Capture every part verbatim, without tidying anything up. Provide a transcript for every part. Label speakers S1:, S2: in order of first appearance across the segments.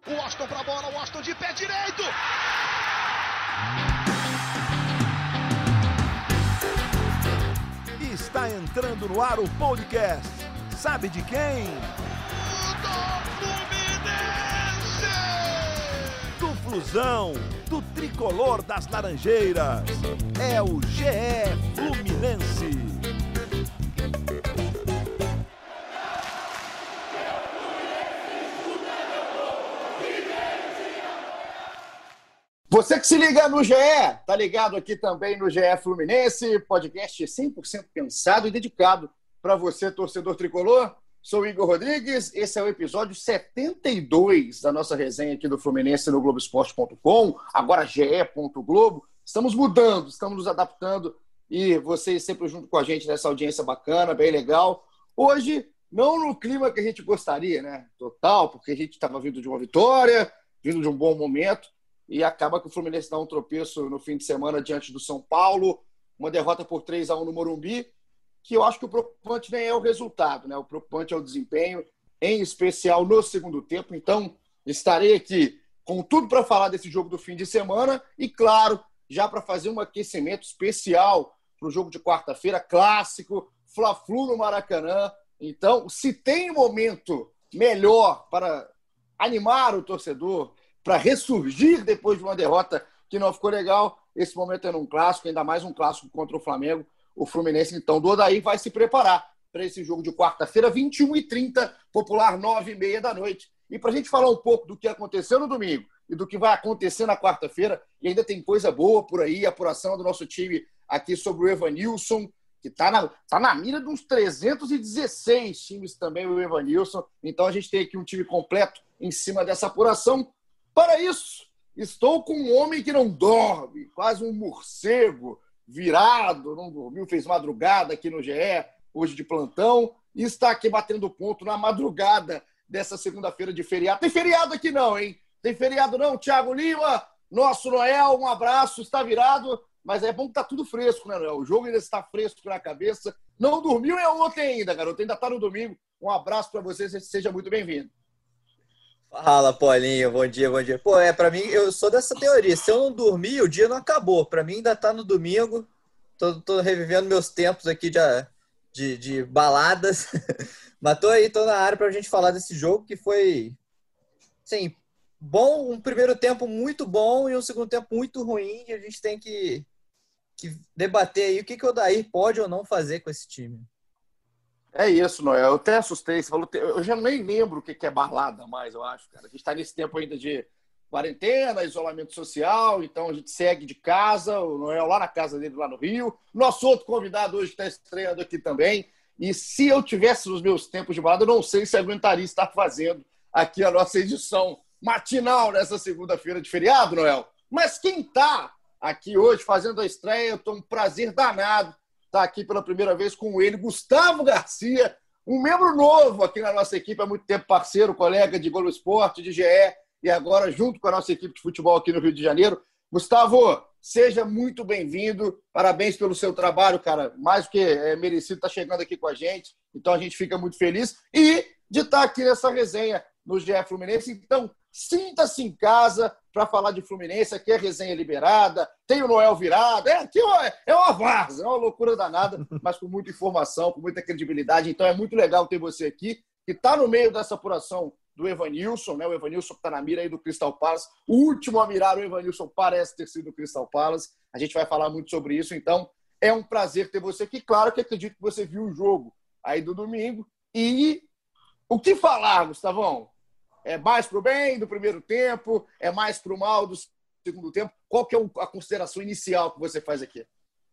S1: O Washington pra bola, o Washington de pé direito.
S2: Está entrando no ar o podcast. Sabe de quem?
S1: Do Fluminense!
S2: Do Flusão, do tricolor das Laranjeiras. É o G E Fluminense.
S3: Você que se liga no G E, tá ligado aqui também no G E Fluminense, podcast cem por cento pensado e dedicado para você, torcedor tricolor. Sou o Igor Rodrigues, esse é o episódio setenta e dois da nossa resenha aqui do Fluminense no Globo Esporte ponto com, agora G E ponto Globo. Estamos mudando, estamos nos adaptando e vocês sempre junto com a gente nessa audiência bacana, bem legal. Hoje, não no clima que a gente gostaria, né? Total, porque a gente estava vindo de uma vitória, vindo de um bom momento, e acaba que o Fluminense dá um tropeço no fim de semana diante do São Paulo, uma derrota por três a um no Morumbi, que eu acho que o preocupante nem é o resultado, né? O preocupante é o desempenho, em especial no segundo tempo. Então, estarei aqui com tudo para falar desse jogo do fim de semana e, claro, já para fazer um aquecimento especial para o jogo de quarta-feira, clássico, Fla-Flu no Maracanã. Então, se tem momento melhor para animar o torcedor, para ressurgir depois de uma derrota que não ficou legal, esse momento é num clássico, ainda mais um clássico contra o Flamengo. O Fluminense, então, do Odaí vai se preparar para esse jogo de quarta-feira, vinte e uma e trinta, popular nove e meia da noite. E para a gente falar um pouco do que aconteceu no domingo e do que vai acontecer na quarta-feira, e ainda tem coisa boa por aí, a apuração do nosso time aqui sobre o Evanilson, que está na, tá na mira de uns trezentos e dezesseis times também, o Evanilson. Então a gente tem aqui um time completo em cima dessa apuração. Para isso, estou com um homem que não dorme, quase um morcego, virado, não dormiu, fez madrugada aqui no G E, hoje de plantão, e está aqui batendo ponto na madrugada dessa segunda-feira de feriado. Tem feriado aqui não, hein? Tem feriado não, Thiago Lima, nosso Noel, um abraço, está virado, mas é bom que está tudo fresco, né, Noel? O jogo ainda está fresco na cabeça. Não dormiu é ontem ainda, garoto, ainda está no domingo. Um abraço para você, seja muito bem-vindo.
S4: Fala, Paulinho, bom dia, bom dia. Pô, é, pra mim, eu sou dessa teoria. Se eu não dormir, o dia não acabou. Pra mim, ainda tá no domingo. Tô, tô revivendo meus tempos aqui de, de, de baladas. Mas tô aí, tô na área pra gente falar desse jogo que foi, assim, bom. Um primeiro tempo muito bom e um segundo tempo muito ruim. E a gente tem que, que debater aí o que, que o Odair pode ou não fazer com esse time.
S3: É isso, Noel. Eu até assustei. Você falou, eu já nem lembro o que é balada mais, eu acho, cara. A gente está nesse tempo ainda de quarentena, isolamento social, então a gente segue de casa, o Noel lá na casa dele, lá no Rio. Nosso outro convidado hoje está estreando aqui também. E se eu tivesse nos meus tempos de balada, eu não sei se aguentaria estar fazendo aqui a nossa edição matinal nessa segunda-feira de feriado, Noel. Mas quem está aqui hoje fazendo a estreia, eu estou um prazer danado. Está aqui pela primeira vez com ele, Gustavo Garcia, um membro novo aqui na nossa equipe, há muito tempo parceiro, colega de Globo Esporte, de G E, e agora junto com a nossa equipe de futebol aqui no Rio de Janeiro. Gustavo, seja muito bem-vindo, parabéns pelo seu trabalho, cara, mais do que é merecido, está chegando aqui com a gente, então a gente fica muito feliz e de estar aqui nessa resenha no G E Fluminense. Então, sinta-se em casa para falar de Fluminense. Aqui é resenha liberada, tem o Noel virado. É, aqui é uma várzea, é uma loucura danada, mas com muita informação, com muita credibilidade. Então é muito legal ter você aqui, que está no meio dessa apuração do Evanilson, né? O Evanilson que está na mira aí do Crystal Palace. O último a mirar o Evanilson parece ter sido o Crystal Palace. A gente vai falar muito sobre isso. Então é um prazer ter você aqui. Claro que acredito que você viu o jogo aí do domingo. E o que falar, Gustavão? É mais para o bem do primeiro tempo? É mais para o mal do segundo tempo? Qual que é a consideração inicial que você faz aqui?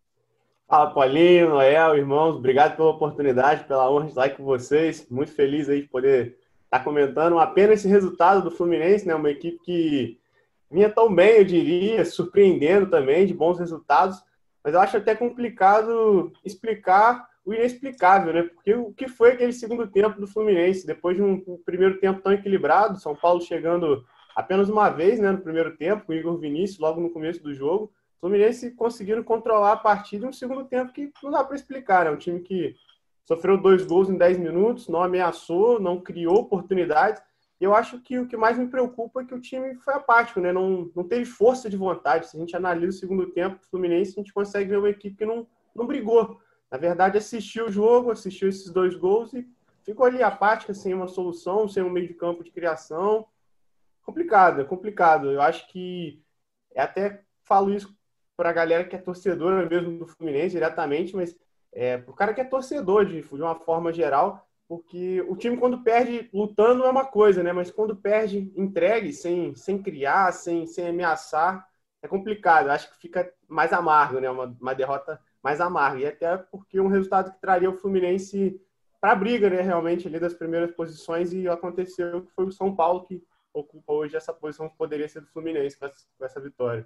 S5: Fala, Paulinho, Noel, irmãos. Obrigado pela oportunidade, pela honra de estar aqui com vocês. Muito feliz aí de poder estar comentando apenas esse resultado do Fluminense, né? Uma equipe que vinha tão bem, eu diria, surpreendendo também, de bons resultados. Mas eu acho até complicado explicar o inexplicável, né? Porque o que foi aquele segundo tempo do Fluminense, depois de um, um primeiro tempo tão equilibrado, São Paulo chegando apenas uma vez, né, no primeiro tempo, com o Igor Vinícius, logo no começo do jogo, o Fluminense conseguiram controlar a partida em um segundo tempo que não dá para explicar, né? Um time que sofreu dois gols em dez minutos, não ameaçou, não criou oportunidades, eu acho que o que mais me preocupa é que o time foi apático, né? Não, não teve força de vontade. Se a gente analisa o segundo tempo do Fluminense, a gente consegue ver uma equipe que não, não brigou. Na verdade, assistiu o jogo, assistiu esses dois gols e ficou ali apática, sem uma solução, sem um meio de campo de criação. Complicado, é complicado. Eu acho que, até falo isso para a galera que é torcedora mesmo do Fluminense diretamente, mas é, para o cara que é torcedor de, de uma forma geral, porque o time quando perde lutando é uma coisa, né? Mas quando perde entregue, sem, sem criar, sem, sem ameaçar, é complicado. Eu acho que fica mais amargo, né? Uma, uma derrota mais amarga. E até porque um resultado que traria o Fluminense para a briga, né? Realmente ali das primeiras posições, e aconteceu que foi o São Paulo que ocupa hoje essa posição que poderia ser do Fluminense com essa, com essa vitória.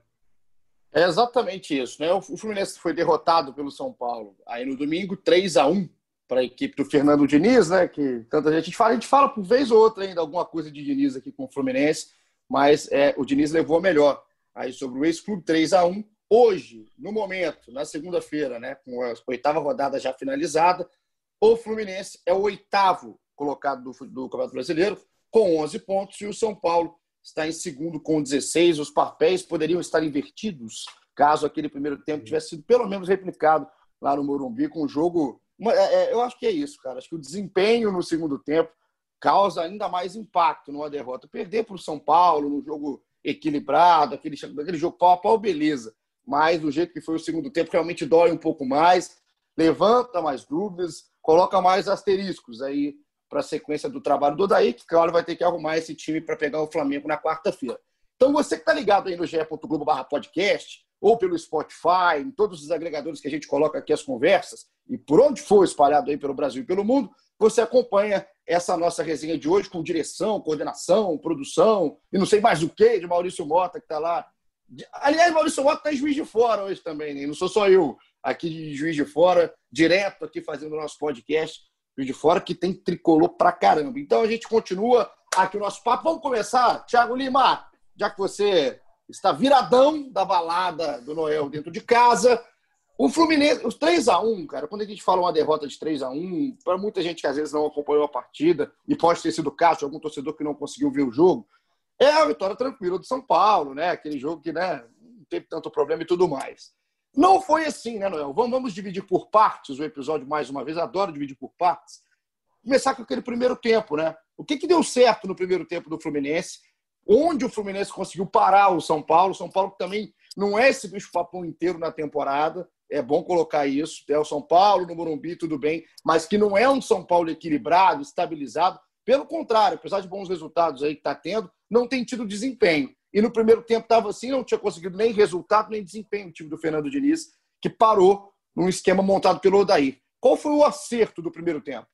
S3: É exatamente isso, né? O Fluminense foi derrotado pelo São Paulo aí no domingo, três a um para a equipe do Fernando Diniz, né? Que tanta gente, a gente fala, a gente fala por vez ou outra ainda alguma coisa de Diniz aqui com o Fluminense, mas é, o Diniz levou a melhor aí sobre o ex-clube, três a um. Hoje, no momento, na segunda-feira, né? Com a oitava rodada já finalizada, o Fluminense é o oitavo colocado do, do Campeonato Brasileiro com onze pontos e o São Paulo está em segundo com dezesseis. Os papéis poderiam estar invertidos caso aquele primeiro tempo tivesse sido pelo menos replicado lá no Morumbi com o jogo. É, eu acho que é isso, cara. Acho que o desempenho no segundo tempo causa ainda mais impacto numa derrota. Perder para o São Paulo no jogo equilibrado, aquele, aquele jogo pau a pau, beleza. Mas do jeito que foi o segundo tempo, realmente dói um pouco mais, levanta mais dúvidas, coloca mais asteriscos aí para a sequência do trabalho do Odair, que, claro, vai ter que arrumar esse time para pegar o Flamengo na quarta-feira. Então, você que está ligado aí no ge ponto globo barra podcast, ou pelo Spotify, em todos os agregadores que a gente coloca aqui as conversas, e por onde for espalhado aí pelo Brasil e pelo mundo, você acompanha essa nossa resenha de hoje com direção, coordenação, produção, e não sei mais o que, de Maurício Mota, que está lá. Aliás, Maurício Mota está em Juiz de Fora hoje também, né? Não sou só eu aqui de Juiz de Fora, direto aqui fazendo o nosso podcast, Juiz de Fora, que tem tricolor pra caramba. Então a gente continua aqui o nosso papo. Vamos começar? Thiago Lima, já que você está viradão da balada do Noel dentro de casa, o Fluminense, os três a um, cara, quando a gente fala uma derrota de três a um, para muita gente que às vezes não acompanhou a partida, e pode ter sido o caso de algum torcedor que não conseguiu ver o jogo, é a vitória tranquila do São Paulo, né? Aquele jogo que, né, não teve tanto problema e tudo mais. Não foi assim, né, Noel? Vamos, vamos dividir por partes o episódio mais uma vez. Adoro dividir por partes. Começar com aquele primeiro tempo, né? O que, que deu certo no primeiro tempo do Fluminense? Onde o Fluminense conseguiu parar o São Paulo? O São Paulo que também não é esse bicho-papão inteiro na temporada. É bom colocar isso. É o São Paulo no Morumbi, tudo bem. Mas que não é um São Paulo equilibrado, estabilizado. Pelo contrário, apesar de bons resultados aí que está tendo, não tem tido desempenho. E no primeiro tempo estava assim, não tinha conseguido nem resultado, nem desempenho o time do Fernando Diniz, que parou num esquema montado pelo Odair. Qual foi o acerto do primeiro tempo?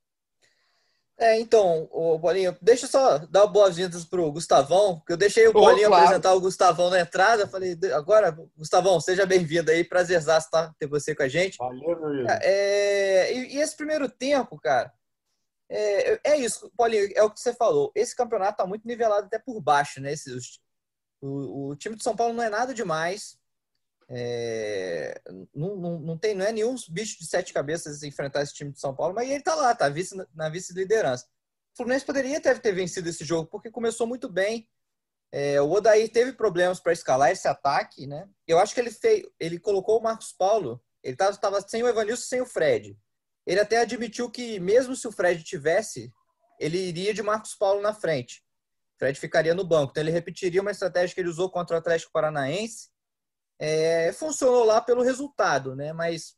S4: É, então, o Bolinho, deixa eu só dar boas-vindas pro Gustavão, que eu deixei o
S3: Oh,
S4: Bolinho
S3: claro.
S4: apresentar o Gustavão na entrada. Falei, agora, Gustavão, seja bem-vindo aí, prazerzaço tá, ter você com a gente.
S5: Valeu, meu amigo.
S4: É, e, e esse primeiro tempo, cara, é, é isso, Paulinho, é o que você falou. Esse campeonato tá muito nivelado até por baixo, né? Esse, o, o time de São Paulo não é nada demais. É, não, não, não, tem, não é nenhum bicho de sete cabeças enfrentar esse time de São Paulo, mas ele tá lá, tá vice, na vice-liderança. O Fluminense poderia ter, ter vencido esse jogo, porque começou muito bem. É, o Odair teve problemas para escalar esse ataque, né? Eu acho que ele fez, ele colocou o Marcos Paulo, ele estava sem o Evanilson, sem o Fred. Ele até admitiu que mesmo se o Fred tivesse, ele iria de Marcos Paulo na frente. O Fred ficaria no banco. Então ele repetiria uma estratégia que ele usou contra o Atlético Paranaense. É, funcionou lá pelo resultado, né? Mas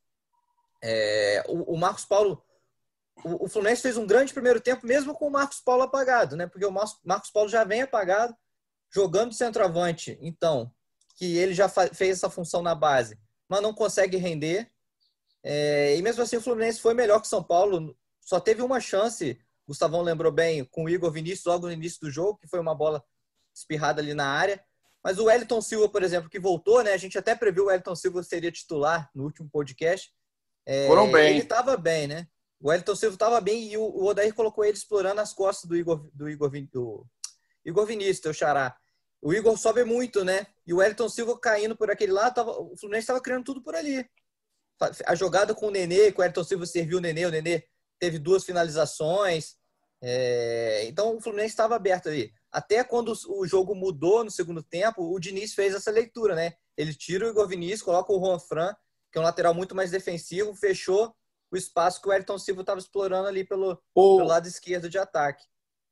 S4: é, o, o Marcos Paulo, o, o Fluminense fez um grande primeiro tempo, mesmo com o Marcos Paulo apagado, né? Porque o Marcos, Marcos Paulo já vem apagado, jogando de centroavante, então, que ele já fez essa função na base, mas não consegue render. É, e mesmo assim o Fluminense foi melhor que o São Paulo, só teve uma chance, Gustavão lembrou bem, com o Igor Vinícius logo no início do jogo, que foi uma bola espirrada ali na área. Mas o Wellington Silva, por exemplo, que voltou, né? A gente até previu o Wellington Silva seria titular no último podcast. É,
S3: Foram bem.
S4: Ele estava bem, né? O Wellington Silva estava bem e o, o Odair colocou ele explorando as costas do Igor, do Igor, do Igor Vinícius, teu xará. O Igor sobe muito, né? E o Wellington Silva caindo por aquele lado, tava, o Fluminense estava criando tudo por ali. A jogada com o Nenê, que o Wellington Silva serviu o Nenê, o Nenê teve duas finalizações. É, então o Fluminense estava aberto ali. Até quando o jogo mudou no segundo tempo, o Diniz fez essa leitura, né? Ele tira o Igor Vinícius, coloca o Juan Fran, que é um lateral muito mais defensivo, fechou o espaço que o Wellington Silva estava explorando ali pelo,
S3: o,
S4: pelo lado esquerdo de ataque.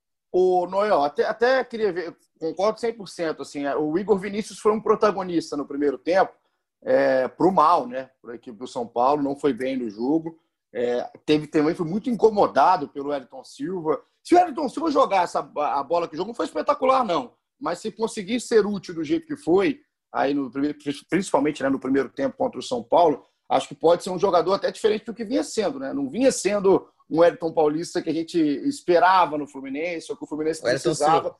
S3: O Noel, até, até queria ver, concordo cem por cento. Assim, o Igor Vinícius foi um protagonista no primeiro tempo, é, para o mal, né? Para a equipe do São Paulo, não foi bem no jogo. É, teve também, foi muito incomodado pelo Wellington Silva. Se o Wellington Silva jogar essa, a bola que jogou, não foi espetacular, não. Mas se conseguir ser útil do jeito que foi, aí no, principalmente, né, no primeiro tempo contra o São Paulo, acho que pode ser um jogador até diferente do que vinha sendo, né? Não vinha sendo um Wellington Paulista que a gente esperava no Fluminense, ou que o Fluminense precisava.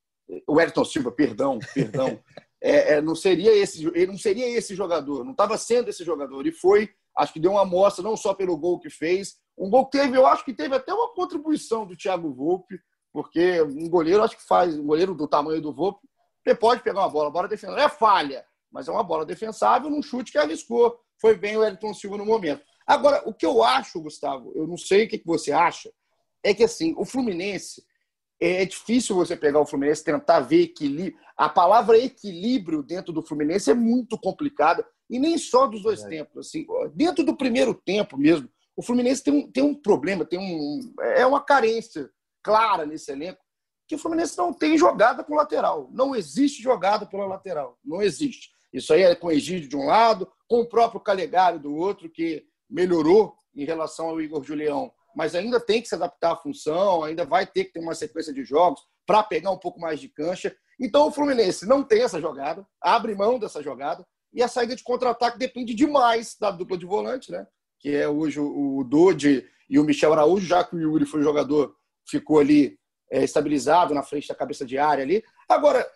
S3: O Wellington Silva, perdão, perdão. é, é, não seria esse, ele não seria esse jogador, não estava sendo esse jogador. E foi, acho que deu uma amostra, não só pelo gol que fez, um gol que teve, eu acho que teve até uma contribuição do Thiago Volpe, porque um goleiro, acho que faz, um goleiro do tamanho do Volpe, ele pode pegar uma bola, a bola defensável, é falha, mas é uma bola defensável num chute que arriscou. Foi bem o Wellington Silva no momento. Agora, o que eu acho, Gustavo, eu não sei o que você acha, é que assim, o Fluminense, é difícil você pegar o Fluminense, tentar ver equilíbrio. A palavra equilíbrio dentro do Fluminense é muito complicada, e nem só dos dois é. tempos. Assim, dentro do primeiro tempo mesmo, o Fluminense tem um, tem um problema, tem um, é uma carência clara nesse elenco, que o Fluminense não tem jogada com lateral. Não existe jogada pela lateral. Não existe. Isso aí é com o Egídio de um lado, com o próprio Calegari do outro, que melhorou em relação ao Igor Julião, mas ainda tem que se adaptar à função, ainda vai ter que ter uma sequência de jogos para pegar um pouco mais de cancha. Então o Fluminense não tem essa jogada, abre mão dessa jogada, e a saída de contra-ataque depende demais da dupla de volante, né? Que é hoje o Dodi e o Michel Araújo, já que o Yuri foi o jogador, ficou ali é, estabilizado na frente da cabeça de área ali. Agora,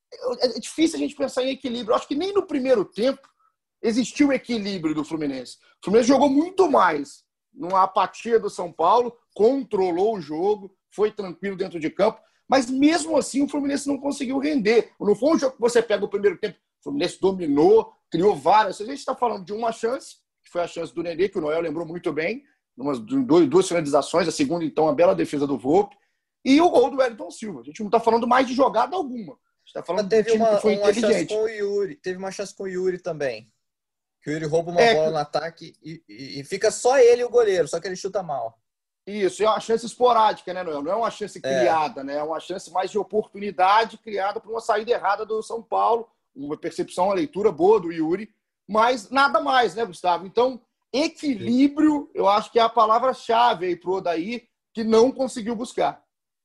S3: é difícil a gente pensar em equilíbrio. Eu acho que nem no primeiro tempo existiu equilíbrio do Fluminense. O Fluminense jogou muito mais numa apatia do São Paulo, controlou o jogo, foi tranquilo dentro de campo, mas mesmo assim o Fluminense não conseguiu render. Não foi um jogo que você pega o primeiro tempo, o Fluminense dominou, criou várias. A gente está falando de uma chance, que foi a chance do Nenê, que o Noel lembrou muito bem, umas duas finalizações, a segunda, então, a bela defesa do Volpe, e o gol do Wellington Silva. A gente não está falando mais de jogada alguma. Está falando
S4: teve
S3: do time
S4: uma,
S3: que foi
S4: uma
S3: inteligente.
S4: Chance com o Yuri. Teve uma chance com o Yuri também. Que o Yuri rouba uma
S3: é,
S4: bola no ataque e, e, e fica só ele e o goleiro, só que ele chuta mal.
S3: Isso, é uma chance esporádica, né, Noel? Não é uma chance criada, é. né? É uma chance mais de oportunidade criada por uma saída errada do São Paulo, uma percepção, uma leitura boa do Yuri, mas nada mais, né, Gustavo? Então, equilíbrio, eu acho que é a palavra-chave aí pro Odair, que não conseguiu buscar.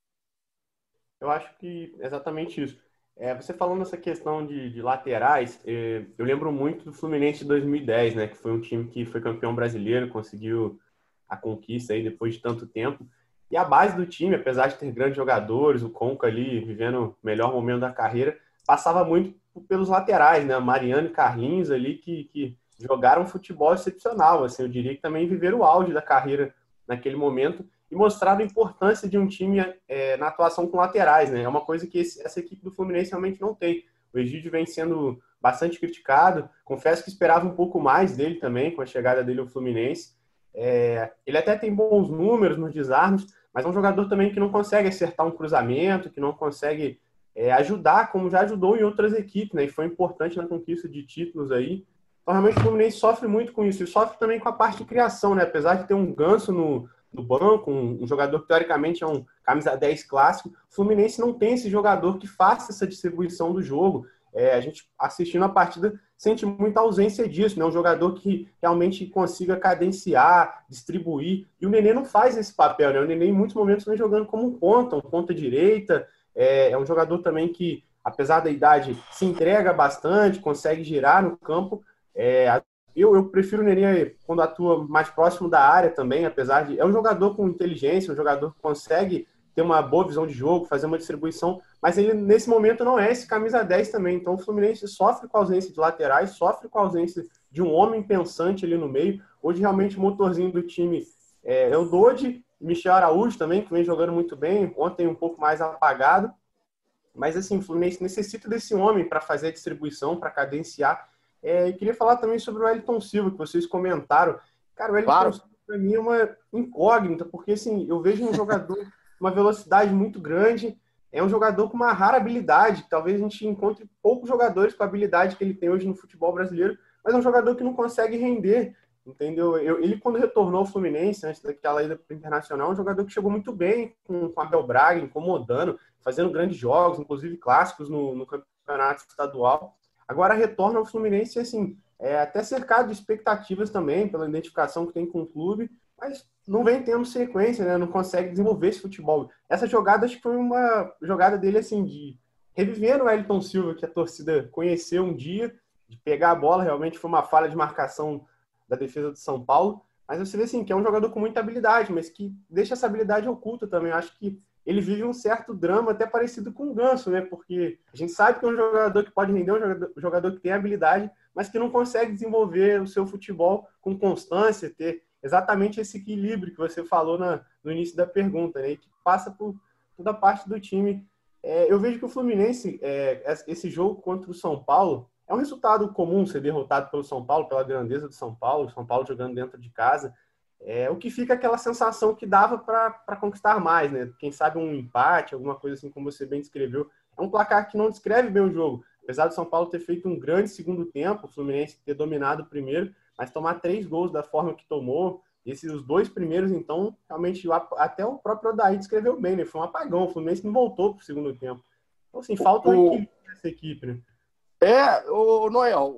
S5: Eu acho que é exatamente isso. É, você falando essa questão de, de laterais, é, eu lembro muito do Fluminense de dois mil e dez, né, que foi um time que foi campeão brasileiro, conseguiu a conquista aí depois de tanto tempo. E a base do time, apesar de ter grandes jogadores, o Conca ali vivendo o melhor momento da carreira, passava muito pelos laterais, né, Mariano e Carlinhos ali que, que jogaram futebol excepcional. Assim, eu diria que também viveram o auge da carreira naquele momento e mostraram a importância de um time é, na atuação com laterais, né? É uma coisa que esse, essa equipe do Fluminense realmente não tem. O Egídio vem sendo bastante criticado. Confesso que esperava um pouco mais dele também, com a chegada dele ao Fluminense. É, ele até tem bons números nos desarmes, mas é um jogador também que não consegue acertar um cruzamento, que não consegue é, ajudar, como já ajudou em outras equipes, né? E foi importante na conquista de títulos aí. Então, realmente, o Fluminense sofre muito com isso. E sofre também com a parte de criação, né? Apesar de ter um Ganso no... do banco, um, um jogador que teoricamente é um camisa dez clássico, o Fluminense não tem esse jogador que faça essa distribuição do jogo. É, a gente assistindo a partida sente muita ausência disso, né? Um jogador que realmente consiga cadenciar, distribuir, e o Nenê não faz esse papel, né? O Nenê em muitos momentos vem jogando como um ponta, um ponta direita, é, é um jogador também que, apesar da idade, se entrega bastante, consegue girar no campo. é, Eu, eu prefiro o Nenê quando atua mais próximo da área também, apesar de... É um jogador com inteligência, um jogador que consegue ter uma boa visão de jogo, fazer uma distribuição, mas ele, nesse momento, não é esse camisa dez também. Então, o Fluminense sofre com a ausência de laterais, sofre com a ausência de um homem pensante ali no meio. Hoje, realmente, o motorzinho do time é, é o Dodi, Michel Araújo também, que vem jogando muito bem, ontem um pouco mais apagado. Mas, assim, o Fluminense necessita desse homem para fazer a distribuição, para cadenciar. É, e queria falar também sobre o Wellington Silva, que vocês comentaram. Cara, o Wellington
S3: claro.
S5: Silva, para mim, é uma incógnita, porque assim, eu vejo um jogador uma velocidade muito grande. É um jogador com uma rara habilidade. Talvez a gente encontre poucos jogadores com a habilidade que ele tem hoje no futebol brasileiro, mas é um jogador que não consegue render, entendeu? Eu, ele, quando retornou ao Fluminense, antes daquela ida para o Internacional, é um jogador que chegou muito bem com, com Abel Braga, incomodando, fazendo grandes jogos, inclusive clássicos no, no campeonato estadual. Agora retorna ao Fluminense, assim, é até cercado de expectativas também, pela identificação que tem com o clube, mas não vem tendo sequência, né? Não consegue desenvolver esse futebol. Essa jogada, acho que foi uma jogada dele, assim, de revivendo o Wellington Silva, que a torcida conheceu um dia, de pegar a bola, realmente foi uma falha de marcação da defesa do São Paulo, mas você vê, assim, que é um jogador com muita habilidade, mas que deixa essa habilidade oculta também. Eu acho que ele vive um certo drama até parecido com o Ganso, né? Porque a gente sabe que é um jogador que pode render, um jogador, um jogador que tem habilidade, mas que não consegue desenvolver o seu futebol com constância, ter exatamente esse equilíbrio que você falou na, no início da pergunta, né? E que passa por toda parte do time. É, eu vejo que o Fluminense, é, esse jogo contra o São Paulo, é um resultado comum ser derrotado pelo São Paulo, pela grandeza do São Paulo, o São Paulo jogando dentro de casa. É, o que fica aquela sensação que dava para conquistar mais, né? Quem sabe um empate, alguma coisa assim, como você bem descreveu. É um placar que não descreve bem o jogo. Apesar do São Paulo ter feito um grande segundo tempo, o Fluminense ter dominado o primeiro, mas tomar três gols da forma que tomou, esses os dois primeiros, então, realmente, até o próprio Odair descreveu bem, né? Foi um apagão, o Fluminense não voltou para o segundo tempo. Então, assim, falta um equilíbrio nessa equipe, né?
S3: É, o Noel,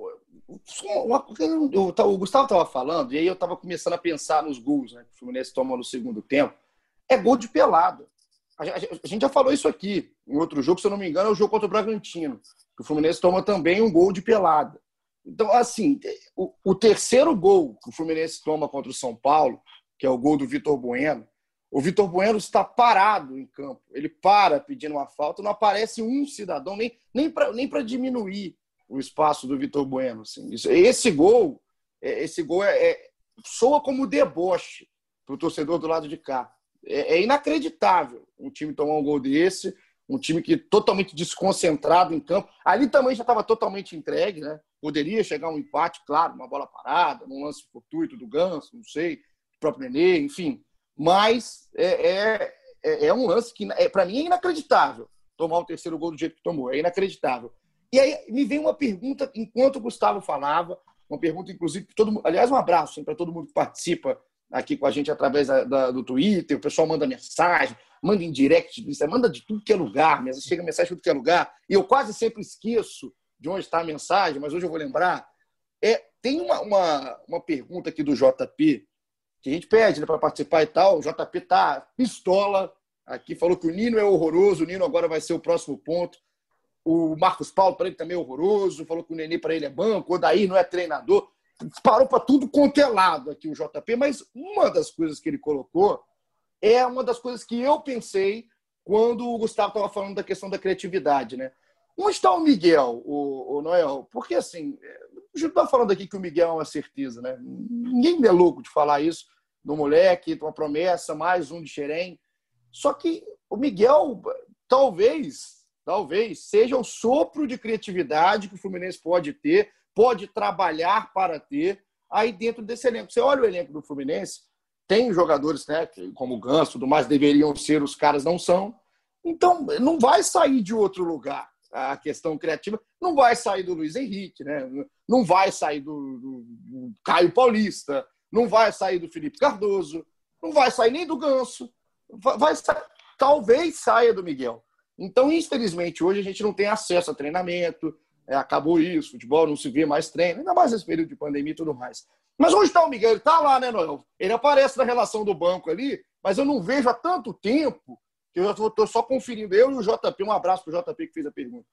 S3: o Gustavo estava falando, e aí eu estava começando a pensar nos gols, né, que o Fluminense toma no segundo tempo. É gol de pelada. A gente já falou isso aqui em outro jogo, se eu não me engano, é o jogo contra o Bragantino, que o Fluminense toma também um gol de pelada. Então, assim, o, o terceiro gol que o Fluminense toma contra o São Paulo, que é o gol do Vitor Bueno, o Vitor Bueno está parado em campo. Ele para pedindo uma falta, não aparece um cidadão, nem, nem para nem para diminuir o espaço do Vitor Bueno. Assim. Isso, esse gol, esse gol é, é, soa como deboche para o torcedor do lado de cá. É, é inacreditável um time tomar um gol desse, um time que totalmente desconcentrado em campo. Ali também já estava totalmente entregue, né? Poderia chegar um empate, claro, uma bola parada, num lance fortuito do Ganso, não sei, do próprio Nenê, enfim. Mas é, é, é um lance que, é, para mim, é inacreditável tomar o terceiro gol do jeito que tomou. É inacreditável. E aí me vem uma pergunta, enquanto o Gustavo falava, uma pergunta, inclusive, para todo mundo. Aliás, um abraço para todo mundo que participa aqui com a gente através da, da, do Twitter. O pessoal manda mensagem, manda em direct, manda de tudo que é lugar, chega mensagem de tudo que é lugar. E eu quase sempre esqueço de onde está a mensagem, mas hoje eu vou lembrar. É, tem uma, uma, uma pergunta aqui do J P, que a gente pede, né, para participar e tal. O J P tá pistola aqui, falou que o Nino é horroroso, o Nino agora vai ser o próximo ponto. O Marcos Paulo, para ele, também é horroroso, falou que o Nenê, para ele, é banco, o Odair não é treinador. Parou para tudo quanto é lado aqui o J P, mas uma das coisas que ele colocou é uma das coisas que eu pensei quando o Gustavo estava falando da questão da criatividade, né? Onde está o Miguel, o, o Noel? Porque, assim, a gente está falando aqui que o Miguel é uma certeza, né? Ninguém é louco de falar isso do moleque, uma promessa, mais um de Xerém. Só que o Miguel, talvez, talvez, seja o sopro de criatividade que o Fluminense pode ter, pode trabalhar para ter aí dentro desse elenco. Você olha o elenco do Fluminense, tem jogadores, né, como o Ganso, tudo mais, deveriam ser, os caras não são. Então, não vai sair de outro lugar. A questão criativa não vai sair do Luiz Henrique, né? Não vai sair do, do, do Caio Paulista, não vai sair do Felipe Cardoso, não vai sair nem do Ganso, vai, vai sair, talvez saia do Miguel. Então, infelizmente, hoje a gente não tem acesso a treinamento, é, acabou isso, futebol não se vê mais treino, ainda mais nesse período de pandemia e tudo mais. Mas onde está o Miguel? Ele está lá, né, Noel? Ele aparece na relação do banco ali, mas eu não vejo há tanto tempo que eu estou só conferindo. Eu e o J P, um abraço para o J P que fez a pergunta.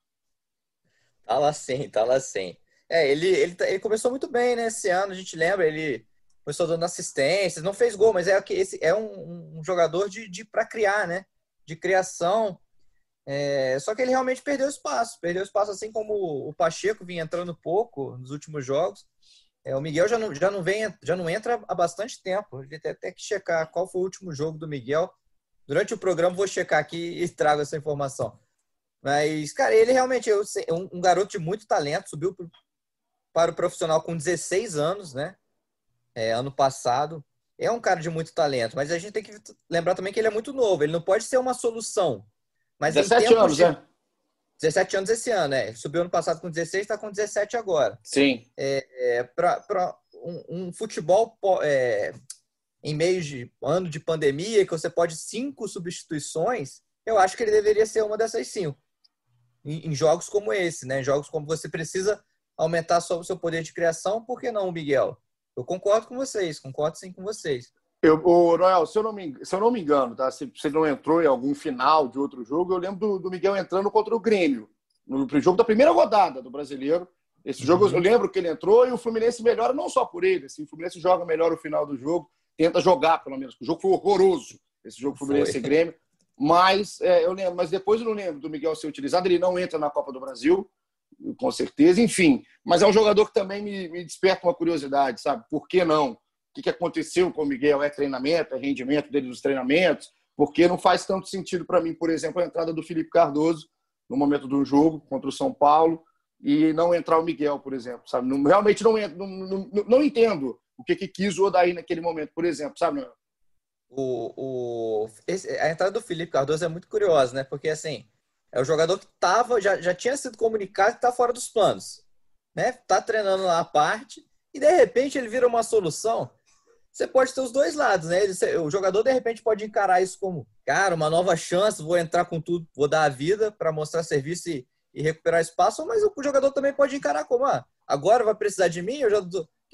S4: Tá lá sim, tá lá sim. É, ele, ele, ele começou muito bem, né, esse ano, a gente lembra, ele começou dando assistências, não fez gol, mas é, esse, é um, um jogador de, de para criar, né, de criação. É, só que ele realmente perdeu espaço, perdeu espaço assim como o Pacheco vinha entrando pouco nos últimos jogos. É, o Miguel já não, já, não vem, já não entra há bastante tempo, a gente tem até que checar qual foi o último jogo do Miguel. Durante o programa vou checar aqui e trago essa informação. Mas, cara, ele realmente é um, um garoto de muito talento, subiu pro, para o profissional com dezesseis anos, né? É, ano passado. é um cara de muito talento, mas a gente tem que lembrar também que ele é muito novo, ele não pode ser uma solução. Mas
S3: dezessete anos,
S4: de...
S3: né?
S4: dezessete anos esse ano, né? Subiu ano passado com dezesseis, está com dezessete agora.
S3: Sim.
S4: É, é, para um, um futebol é, em meio de ano de pandemia, que você pode cinco substituições, eu acho que ele deveria ser uma dessas cinco. Em, em jogos como esse, né? Em jogos como você precisa aumentar só o seu poder de criação, por que não, Miguel? Eu concordo com vocês, concordo sim com vocês.
S3: Eu, o Noel, se eu, não me, se eu não me engano, tá? Se você não entrou em algum final de outro jogo, eu lembro do, do Miguel entrando contra o Grêmio, no, no jogo da primeira rodada do Brasileiro. Esse jogo, uhum. eu lembro que ele entrou e o Fluminense melhora não só por ele, assim, o Fluminense joga melhor o final do jogo, tenta jogar, pelo menos. O jogo foi horroroso, esse jogo Fluminense e Grêmio. Mas, é, eu lembro, mas depois eu não lembro do Miguel ser utilizado, ele não entra na Copa do Brasil, com certeza, enfim. Mas é um jogador que também me, me desperta uma curiosidade, sabe? Por que não? O que, que aconteceu com o Miguel? É treinamento, é rendimento dele nos treinamentos? Porque não faz tanto sentido para mim, por exemplo, a entrada do Felipe Cardoso no momento do jogo contra o São Paulo e não entrar o Miguel, por exemplo, sabe? Não, realmente não, não, não, não entendo o que, que quis o Odair naquele momento, por exemplo, sabe?
S4: O, o, esse, a entrada do Felipe Cardoso é muito curiosa, né? Porque, assim, é o jogador que tava, já, já tinha sido comunicado que está fora dos planos, né? Tá treinando lá a parte e, de repente, ele vira uma solução. Você pode ter os dois lados, né? Ele, o jogador, de repente, pode encarar isso como, cara, uma nova chance, vou entrar com tudo, vou dar a vida para mostrar serviço e, e recuperar espaço, mas o jogador também pode encarar como, ah, agora vai precisar de mim? Eu já,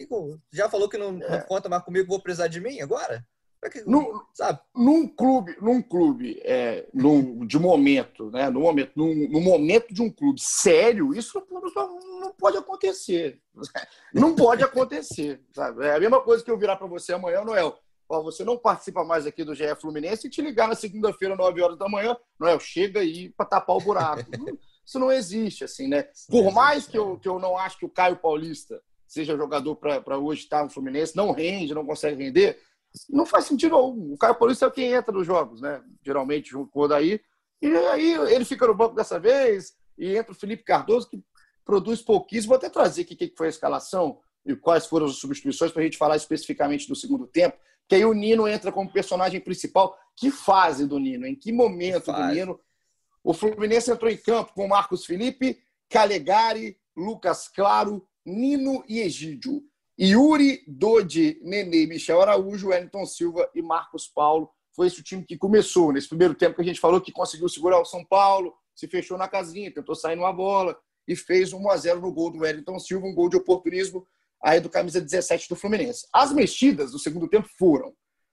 S4: já falou que não, não conta mais comigo, vou precisar de mim agora? Que,
S3: num, sabe? Num clube, num clube é, num, de momento, né? No momento, num, no momento de um clube sério, isso não, não pode acontecer. Não pode acontecer, sabe? É a mesma coisa que eu virar para você amanhã, Noel. Ó, você não participa mais aqui do G E Fluminense e te ligar na segunda-feira, nove horas da manhã, Noel, chega aí para tapar o buraco. Isso não existe, assim, né? Por mais que eu, que eu não acho que o Caio Paulista seja jogador para hoje estar no Fluminense, não rende, não consegue render. Não faz sentido algum. O Caio Paulista é quem entra nos jogos, né? Geralmente junto com o Odair. E aí ele fica no banco dessa vez e entra o Felipe Cardoso, que produz pouquíssimo. Vou até trazer aqui o que foi a escalação e quais foram as substituições para a gente falar especificamente do segundo tempo. Que aí o Nino entra como personagem principal. Que fase do Nino? Em que momento do Nino? O Fluminense entrou em campo com Marcos Felipe, Calegari, Lucas Claro, Nino e Egídio. Yuri, Dodi, Nenê, Michel Araújo, Wellington Silva e Marcos Paulo. Foi esse o time que começou. Nesse primeiro tempo que a gente falou que conseguiu segurar o São Paulo, se fechou na casinha, tentou sair numa bola e fez um a zero no gol do Wellington Silva, um gol de oportunismo aí do camisa dezessete do Fluminense. As mexidas do segundo tempo foram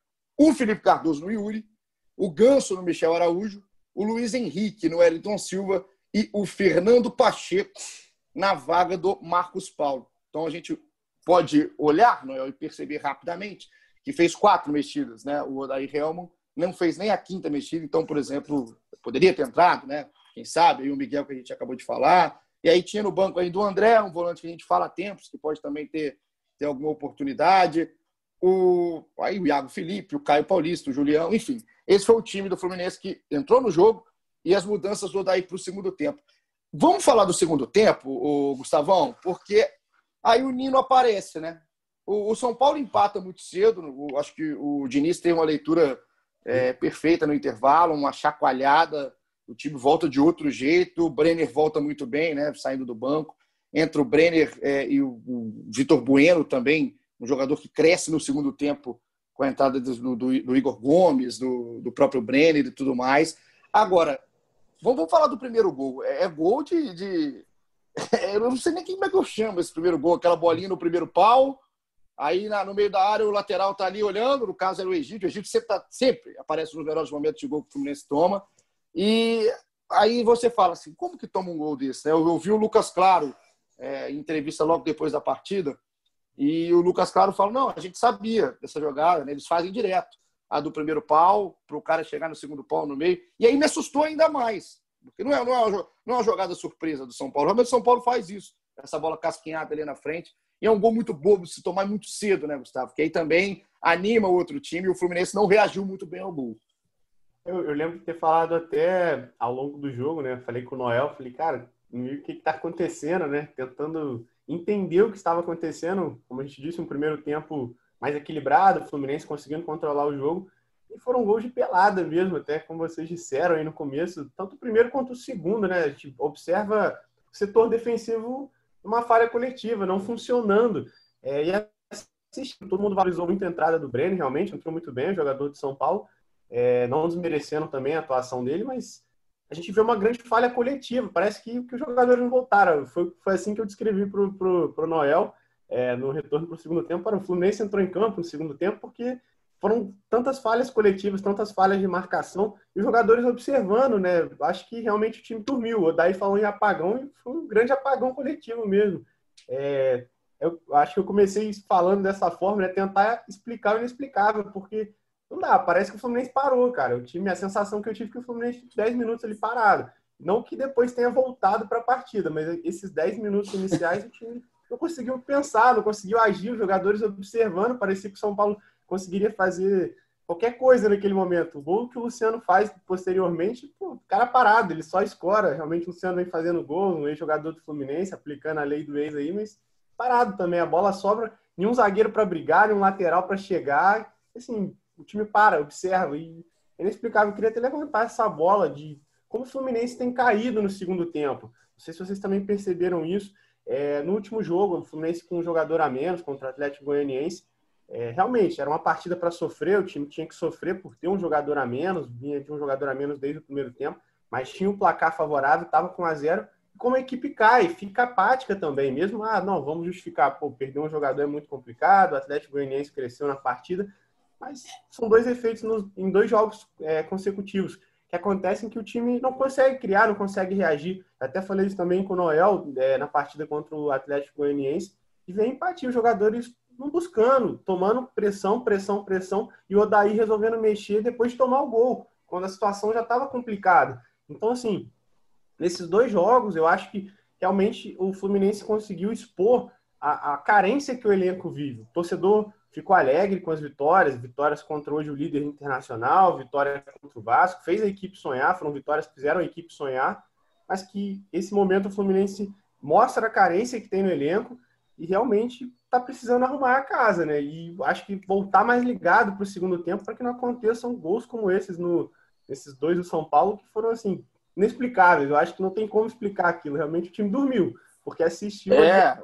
S3: o Felipe Cardoso no Yuri, o Ganso no Michel Araújo, o Luiz Henrique no Wellington Silva e o Fernando Pacheco na vaga do Marcos Paulo. Então a gente pode olhar, Noel, e perceber rapidamente que fez quatro mexidas, né? O Odair Helman não fez nem a quinta mexida, então, por exemplo, poderia ter entrado, né? Quem sabe, aí o Miguel que a gente acabou de falar. E aí tinha no banco aí do André, um volante que a gente fala há tempos, que pode também ter, ter alguma oportunidade. O, aí o Iago Felipe, o Caio Paulista, o Julião, enfim. Esse foi o time do Fluminense que entrou no jogo e as mudanças do Odair para o segundo tempo. Vamos falar do segundo tempo, o Gustavão, porque aí o Nino aparece, né? O, o São Paulo empata muito cedo. O, acho que o Diniz tem uma leitura é, perfeita no intervalo, uma chacoalhada. O time volta de outro jeito. O Brenner volta muito bem, né? Saindo do banco. Entra o Brenner é, e o, o Vitor Bueno também, um jogador que cresce no segundo tempo com a entrada do, do, do Igor Gomes, do, do próprio Brenner e tudo mais. Agora, vamos, vamos falar do primeiro gol. É, é gol de... de... Eu não sei nem como é que eu chamo esse primeiro gol. Aquela bolinha no primeiro pau, aí na, no meio da área o lateral tá ali olhando, no caso era o Egídio. O Egídio sempre, tá, sempre aparece nos melhores momentos de gol que o Fluminense toma. E aí você fala assim, como que toma um gol desse? Eu ouvi o Lucas Claro é, em entrevista logo depois da partida, e o Lucas Claro fala, não, a gente sabia dessa jogada, né? Eles fazem direto. A do primeiro pau, para o cara chegar no segundo pau no meio. E aí me assustou ainda mais. Porque não é, não, é uma, não é uma jogada surpresa do São Paulo. Realmente o São Paulo faz isso. Essa bola casquinhada ali na frente. E é um gol muito bobo se tomar muito cedo, né, Gustavo? Que aí também anima o outro time e o Fluminense não reagiu muito bem ao gol.
S5: Eu, eu lembro de ter falado até ao longo do jogo, né? Falei com o Noel, falei, cara, o que está acontecendo, né? Tentando entender o que estava acontecendo. Como a gente disse, um primeiro tempo mais equilibrada, o Fluminense conseguindo controlar o jogo. E foram gols de pelada mesmo, até como vocês disseram aí no começo, tanto o primeiro quanto o segundo, né? A gente observa o setor defensivo uma falha coletiva, não funcionando. É, e assiste, todo mundo valorizou muito a entrada do Brenner, realmente, entrou muito bem, o jogador de São Paulo, é, não desmerecendo também a atuação dele, mas a gente vê uma grande falha coletiva, parece que, que os jogadores não voltaram. Foi, foi assim que eu descrevi para o Noel, é, no retorno para o segundo tempo. Para o Fluminense entrou em campo no segundo tempo, porque foram tantas falhas coletivas, tantas falhas de marcação, e os jogadores observando, né? Acho que realmente o time dormiu. O Odaí falou em apagão, e foi um grande apagão coletivo mesmo. É, eu acho que eu comecei falando dessa forma, né? Tentar explicar o inexplicável, porque não dá, parece que o Fluminense parou, cara. O time, a sensação que eu tive é que o Fluminense ficou dez minutos ali parado. Não que depois tenha voltado para a partida, mas esses dez minutos iniciais o time não conseguiu pensar, não conseguiu agir, os jogadores observando, parecia que o São Paulo conseguiria fazer qualquer coisa naquele momento. O gol que o Luciano faz posteriormente, pô, o cara parado, ele só escora. Realmente o Luciano vem fazendo gol, um ex-jogador do Fluminense, aplicando a lei do ex aí, mas parado também. A bola sobra, nenhum zagueiro para brigar, nenhum lateral para chegar. Assim, o time para, observa. E é inexplicável. Eu queria até levantar essa bola de como o Fluminense tem caído no segundo tempo. Não sei se vocês também perceberam isso. É, no último jogo, o Fluminense com um jogador a menos contra o Atlético Goianiense, É, realmente, era uma partida para sofrer, o time tinha que sofrer por ter um jogador a menos, vinha de um jogador a menos desde o primeiro tempo, mas tinha um placar favorável, estava com um a zero, e como a equipe cai, fica apática também, mesmo, ah, não, vamos justificar, pô, perder um jogador é muito complicado, o Atlético Goianiense cresceu na partida, mas são dois efeitos nos, em dois jogos é, consecutivos, que acontecem que o time não consegue criar, não consegue reagir. Até falei isso também com o Noel, é, na partida contra o Atlético Goianiense, e vem empatia, os jogadores não buscando, tomando pressão, pressão, pressão, e o Odaí resolvendo mexer depois de tomar o gol, quando a situação já estava complicada. Então, assim, nesses dois jogos, eu acho que realmente o Fluminense conseguiu expor a, a carência que o elenco vive. O torcedor ficou alegre com as vitórias, vitórias contra hoje o líder internacional, vitória contra o Vasco, fez a equipe sonhar, foram vitórias que fizeram a equipe sonhar, mas que esse momento o Fluminense mostra a carência que tem no elenco e realmente está precisando arrumar a casa, né? E acho que voltar mais ligado para o segundo tempo para que não aconteçam gols como esses no, nesses dois do São Paulo que foram, assim, inexplicáveis. Eu acho que não tem como explicar aquilo. Realmente o time dormiu, porque assistiu...
S3: É,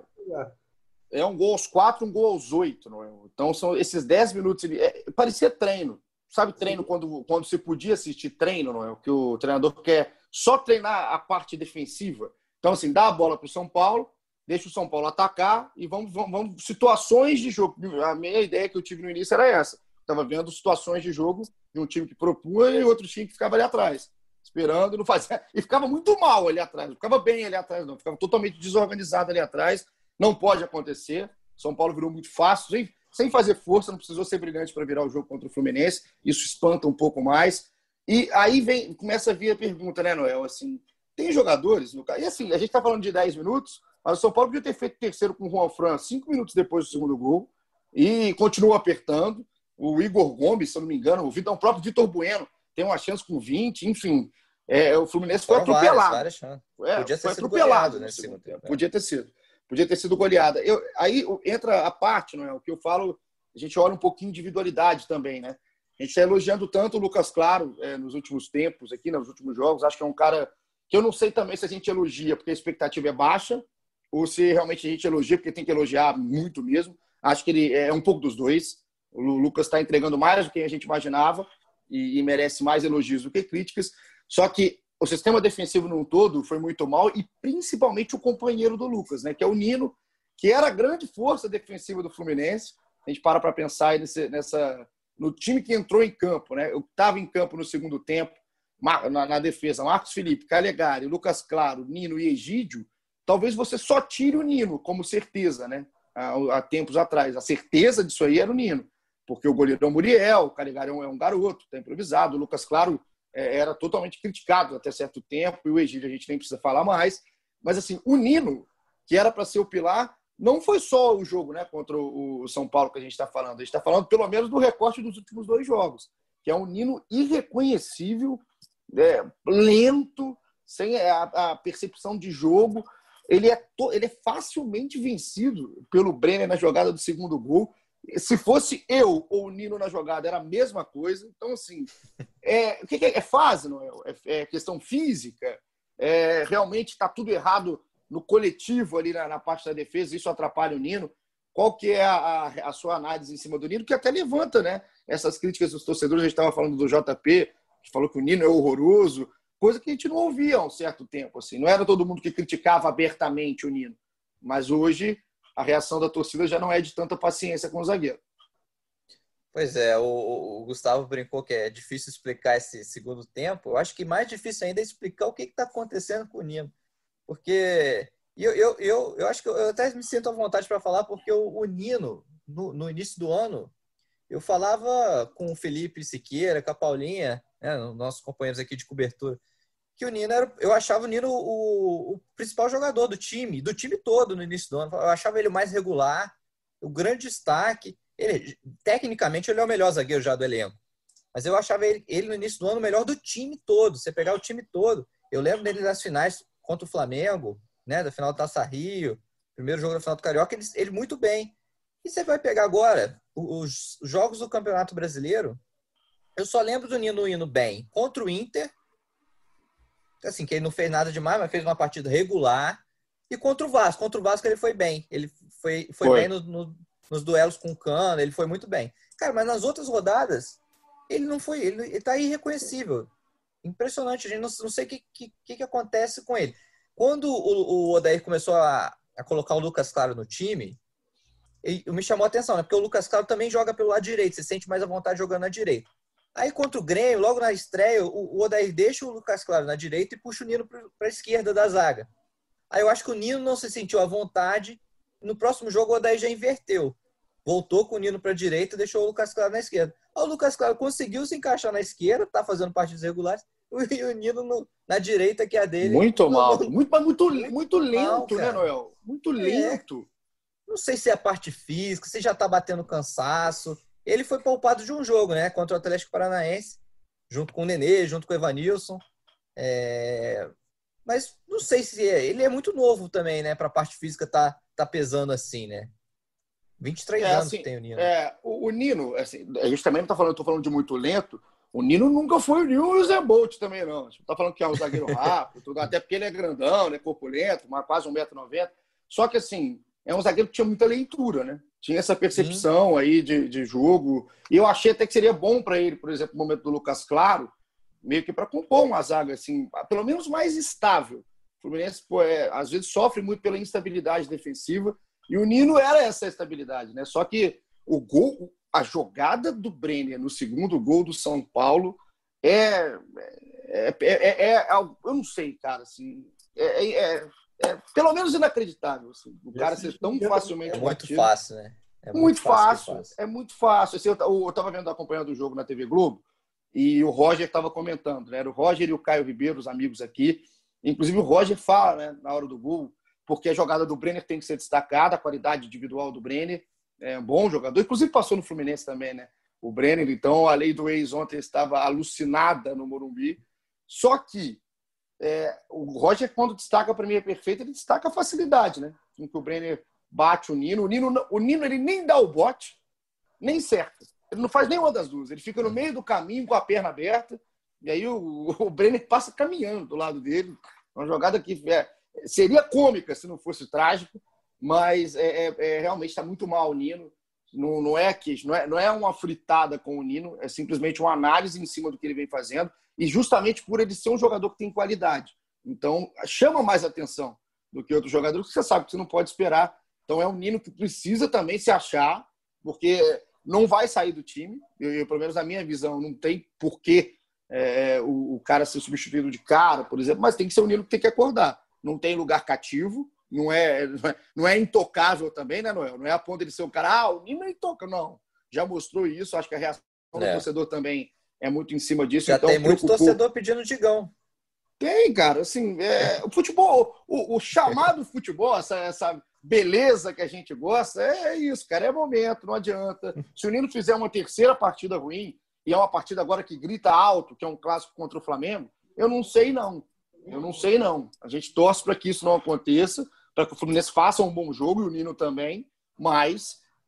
S3: é um gol aos quatro, um gol aos oito. Não é? Então são esses dez minutos... É, parecia treino. Sabe treino quando, quando você podia assistir treino, não é? O que o treinador quer só treinar a parte defensiva. Então, assim, dá a bola para o São Paulo, deixa o São Paulo atacar e vamos, vamos, vamos... Situações de jogo. A minha ideia que eu tive no início era essa. Estava vendo situações de jogo de um time que propunha e outro time que ficava ali atrás, esperando, não fazia. E ficava muito mal ali atrás. Não ficava bem ali atrás, não. Ficava totalmente desorganizado ali atrás. Não pode acontecer. São Paulo virou muito fácil, sem, sem fazer força, não precisou ser brilhante para virar o jogo contra o Fluminense. Isso espanta um pouco mais. E aí vem, começa a vir a pergunta, né, Noel? Assim, tem jogadores no caso. E assim, a gente está falando de dez minutos. Mas o São Paulo podia ter feito terceiro com o Juan Fran cinco minutos depois do segundo gol e continua apertando. O Igor Gomes, se eu não me engano, o, Vitor, o próprio Vitor Bueno tem uma chance com vinte, enfim. É, o Fluminense foi
S4: Foram
S3: atropelado.
S4: Várias, várias
S3: é,
S4: Podia ter
S3: foi
S4: sido
S3: atropelado
S4: goleado nesse segundo tempo.
S3: Podia ter sido. Podia ter sido goleada. Eu, aí entra a parte, não é? O que eu falo, a gente olha um pouquinho de individualidade também, né? A gente está elogiando tanto o Lucas Claro é, nos últimos tempos, aqui nos últimos jogos. Acho que é um cara que eu não sei também se a gente elogia porque a expectativa é baixa, ou se realmente a gente elogia, porque tem que elogiar muito mesmo. Acho que ele é um pouco dos dois. O Lucas está entregando mais do que a gente imaginava e, e merece mais elogios do que críticas. Só que o sistema defensivo no todo foi muito mal e principalmente o companheiro do Lucas, né, que é o Nino, que era a grande força defensiva do Fluminense. A gente para para pensar aí nesse, nessa, no time que entrou em campo. Né? Eu estava em campo no segundo tempo, na, na defesa, Marcos Felipe, Calegari, Lucas Claro, Nino e Egídio. Talvez você só tire o Nino como certeza, né? Há, há tempos atrás. A certeza disso aí era o Nino, porque o goleiro é o Muriel, o Calegari é um garoto, está improvisado, o Lucas Claro é, era totalmente criticado até certo tempo, e o Egídio a gente nem precisa falar mais. Mas, assim, o Nino, que era para ser o pilar, não foi só o jogo, né, contra o São Paulo que a gente está falando. A gente está falando, pelo menos, do recorte dos últimos dois jogos, que é um Nino irreconhecível, é, lento, sem a, a percepção de jogo. Ele é, to, ele é facilmente vencido pelo Brenner na jogada do segundo gol. Se fosse eu ou o Nino na jogada, era a mesma coisa. Então, assim, é, o que é, é fase, Noel? É, é questão física? É, realmente está tudo errado no coletivo ali na, na parte da defesa, isso atrapalha o Nino. Qual que é a, a, a sua análise em cima do Nino? Que até levanta, né, essas críticas dos torcedores. A gente estava falando do J P, que falou que o Nino é horroroso, coisa que a gente não ouvia há um certo tempo. Assim. Não era todo mundo que criticava abertamente o Nino. Mas hoje a reação da torcida já não é de tanta paciência com o zagueiro.
S4: Pois é, o, o Gustavo brincou que é difícil explicar esse segundo tempo. Eu acho que mais difícil ainda é explicar o que está acontecendo com o Nino. Porque eu, eu, eu, eu acho que eu até me sinto à vontade para falar, porque o, o Nino, no, no início do ano, eu falava com o Felipe Siqueira, com a Paulinha, né, nossos companheiros aqui de cobertura, que o Nino era, eu achava o Nino o, o principal jogador do time, do time todo no início do ano. Eu achava ele o mais regular, o grande destaque. Ele, tecnicamente, ele é o melhor zagueiro já do elenco. Mas eu achava ele, ele no início do ano o melhor do time todo. Você pegar o time todo. Eu lembro dele das finais contra o Flamengo, né, da final do Taça Rio, primeiro jogo da final do Carioca, ele, ele muito bem. E você vai pegar agora os, os jogos do Campeonato Brasileiro, eu só lembro do Nino indo bem contra o Inter, assim, que ele não fez nada demais, mas fez uma partida regular. E contra o Vasco. Contra o Vasco ele foi bem. Ele foi, foi, foi. bem no, no, nos duelos com o Cano, ele foi muito bem. Cara, mas nas outras rodadas, ele não foi, ele, ele tá irreconhecível. Impressionante, a gente não, não sei o que, que, que acontece com ele. Quando o, o Odair começou a, a colocar o Lucas Claro no time, ele, me chamou a atenção, né? Porque o Lucas Claro também joga pelo lado direito, você sente mais à vontade jogando na direita. Aí contra o Grêmio, logo na estreia, o, o Odair deixa o Lucas Claro na direita e puxa o Nino para a esquerda da zaga. Aí eu acho que o Nino não se sentiu à vontade. No próximo jogo o Odair já inverteu. Voltou com o Nino para a direita e deixou o Lucas Claro na esquerda. Aí o Lucas Claro conseguiu se encaixar na esquerda, tá fazendo partidas regulares, e o Nino no, na direita, que é a dele.
S3: Muito
S4: no,
S3: mal.
S4: no,
S3: muito, muito, muito, muito lento,
S4: mal,
S3: né, Noel? Muito lento.
S4: É. Não sei se é a parte física, se já tá batendo cansaço. Ele foi poupado de um jogo, né? Contra o Atlético Paranaense, junto com o Nenê, junto com o Evanilson. É... Mas não sei se é. Ele é muito novo também, né? Para a parte física tá, tá pesando assim, né? vinte e três
S3: é,
S4: anos
S3: assim,
S4: que tem o Nino.
S3: É, o, o Nino, assim, a gente também não tá falando, eu tô falando de muito lento. O Nino nunca foi o Nino e o Zé Bolt também, não. A gente tá falando que é um zagueiro rápido, tudo, até porque ele é grandão, né? Corpulento, quase um metro e noventa. Só que, assim, é um zagueiro que tinha muita leitura, né? Tinha essa percepção aí de, de jogo. E eu achei até que seria bom para ele, por exemplo, no momento do Lucas Claro, meio que para compor uma zaga, assim, pelo menos mais estável. O Fluminense, pô, é, às vezes, sofre muito pela instabilidade defensiva. E o Nino era essa estabilidade, né? Só que o gol, a jogada do Brenner no segundo gol do São Paulo é. é, é, é, é eu não sei, cara, assim. É, é, é pelo menos inacreditável. Assim, o cara ser tão facilmente
S4: é muito
S3: batido.
S4: fácil, né?
S3: É muito, muito fácil, fácil. É muito fácil. Assim, eu estava vendo, acompanhando o jogo na T V Globo e o Roger estava comentando, né? Era o Roger e o Caio Ribeiro, os amigos aqui. Inclusive o Roger fala, né, na hora do gol, porque a jogada do Brenner tem que ser destacada, a qualidade individual do Brenner. É um bom jogador. Inclusive passou no Fluminense também, né? O Brenner. Então, a lei do ex ontem estava alucinada no Morumbi. Só que é, o Roger, quando destaca para mim é perfeito, ele destaca a facilidade, né? Com que o Brenner bate o Nino. O Nino, o Nino ele nem dá o bote, nem cerca. Ele não faz nenhuma das duas. Ele fica no meio do caminho com a perna aberta. E aí o, o Brenner passa caminhando do lado dele. Uma jogada que é, seria cômica se não fosse trágico, mas é, é, é, realmente está muito mal o Nino. Não, não, é que, não, é, não é uma fritada com o Nino, é simplesmente uma análise em cima do que ele vem fazendo, e justamente por ele ser um jogador que tem qualidade. Então, chama mais atenção do que outros jogadores, que você sabe que você não pode esperar. Então, é um Nino que precisa também se achar, porque não vai sair do time. Eu, eu, pelo menos na minha visão, não tem porquê é, o, o cara ser substituído de cara, por exemplo, mas tem que ser o Nino que tem que acordar. Não tem lugar cativo, não é, não é, não é intocável também, né, Noel? Não é a ponto de ser o cara, ah, o Nino é intocável. Não, já mostrou isso, acho que a reação é. do torcedor também é muito em cima disso.
S4: Já
S3: então,
S4: tem muito
S3: preocupou.
S4: torcedor pedindo Digão.
S3: Tem, cara, assim, é, o futebol, o, o chamado futebol, essa, essa beleza que a gente gosta, é isso, cara, é momento, não adianta. Se o Nino fizer uma terceira partida ruim, e é uma partida agora que grita alto, que é um clássico contra o Flamengo, eu não sei não, eu não sei não. A gente torce para que isso não aconteça, para que o Fluminense faça um bom jogo, e o Nino também, mas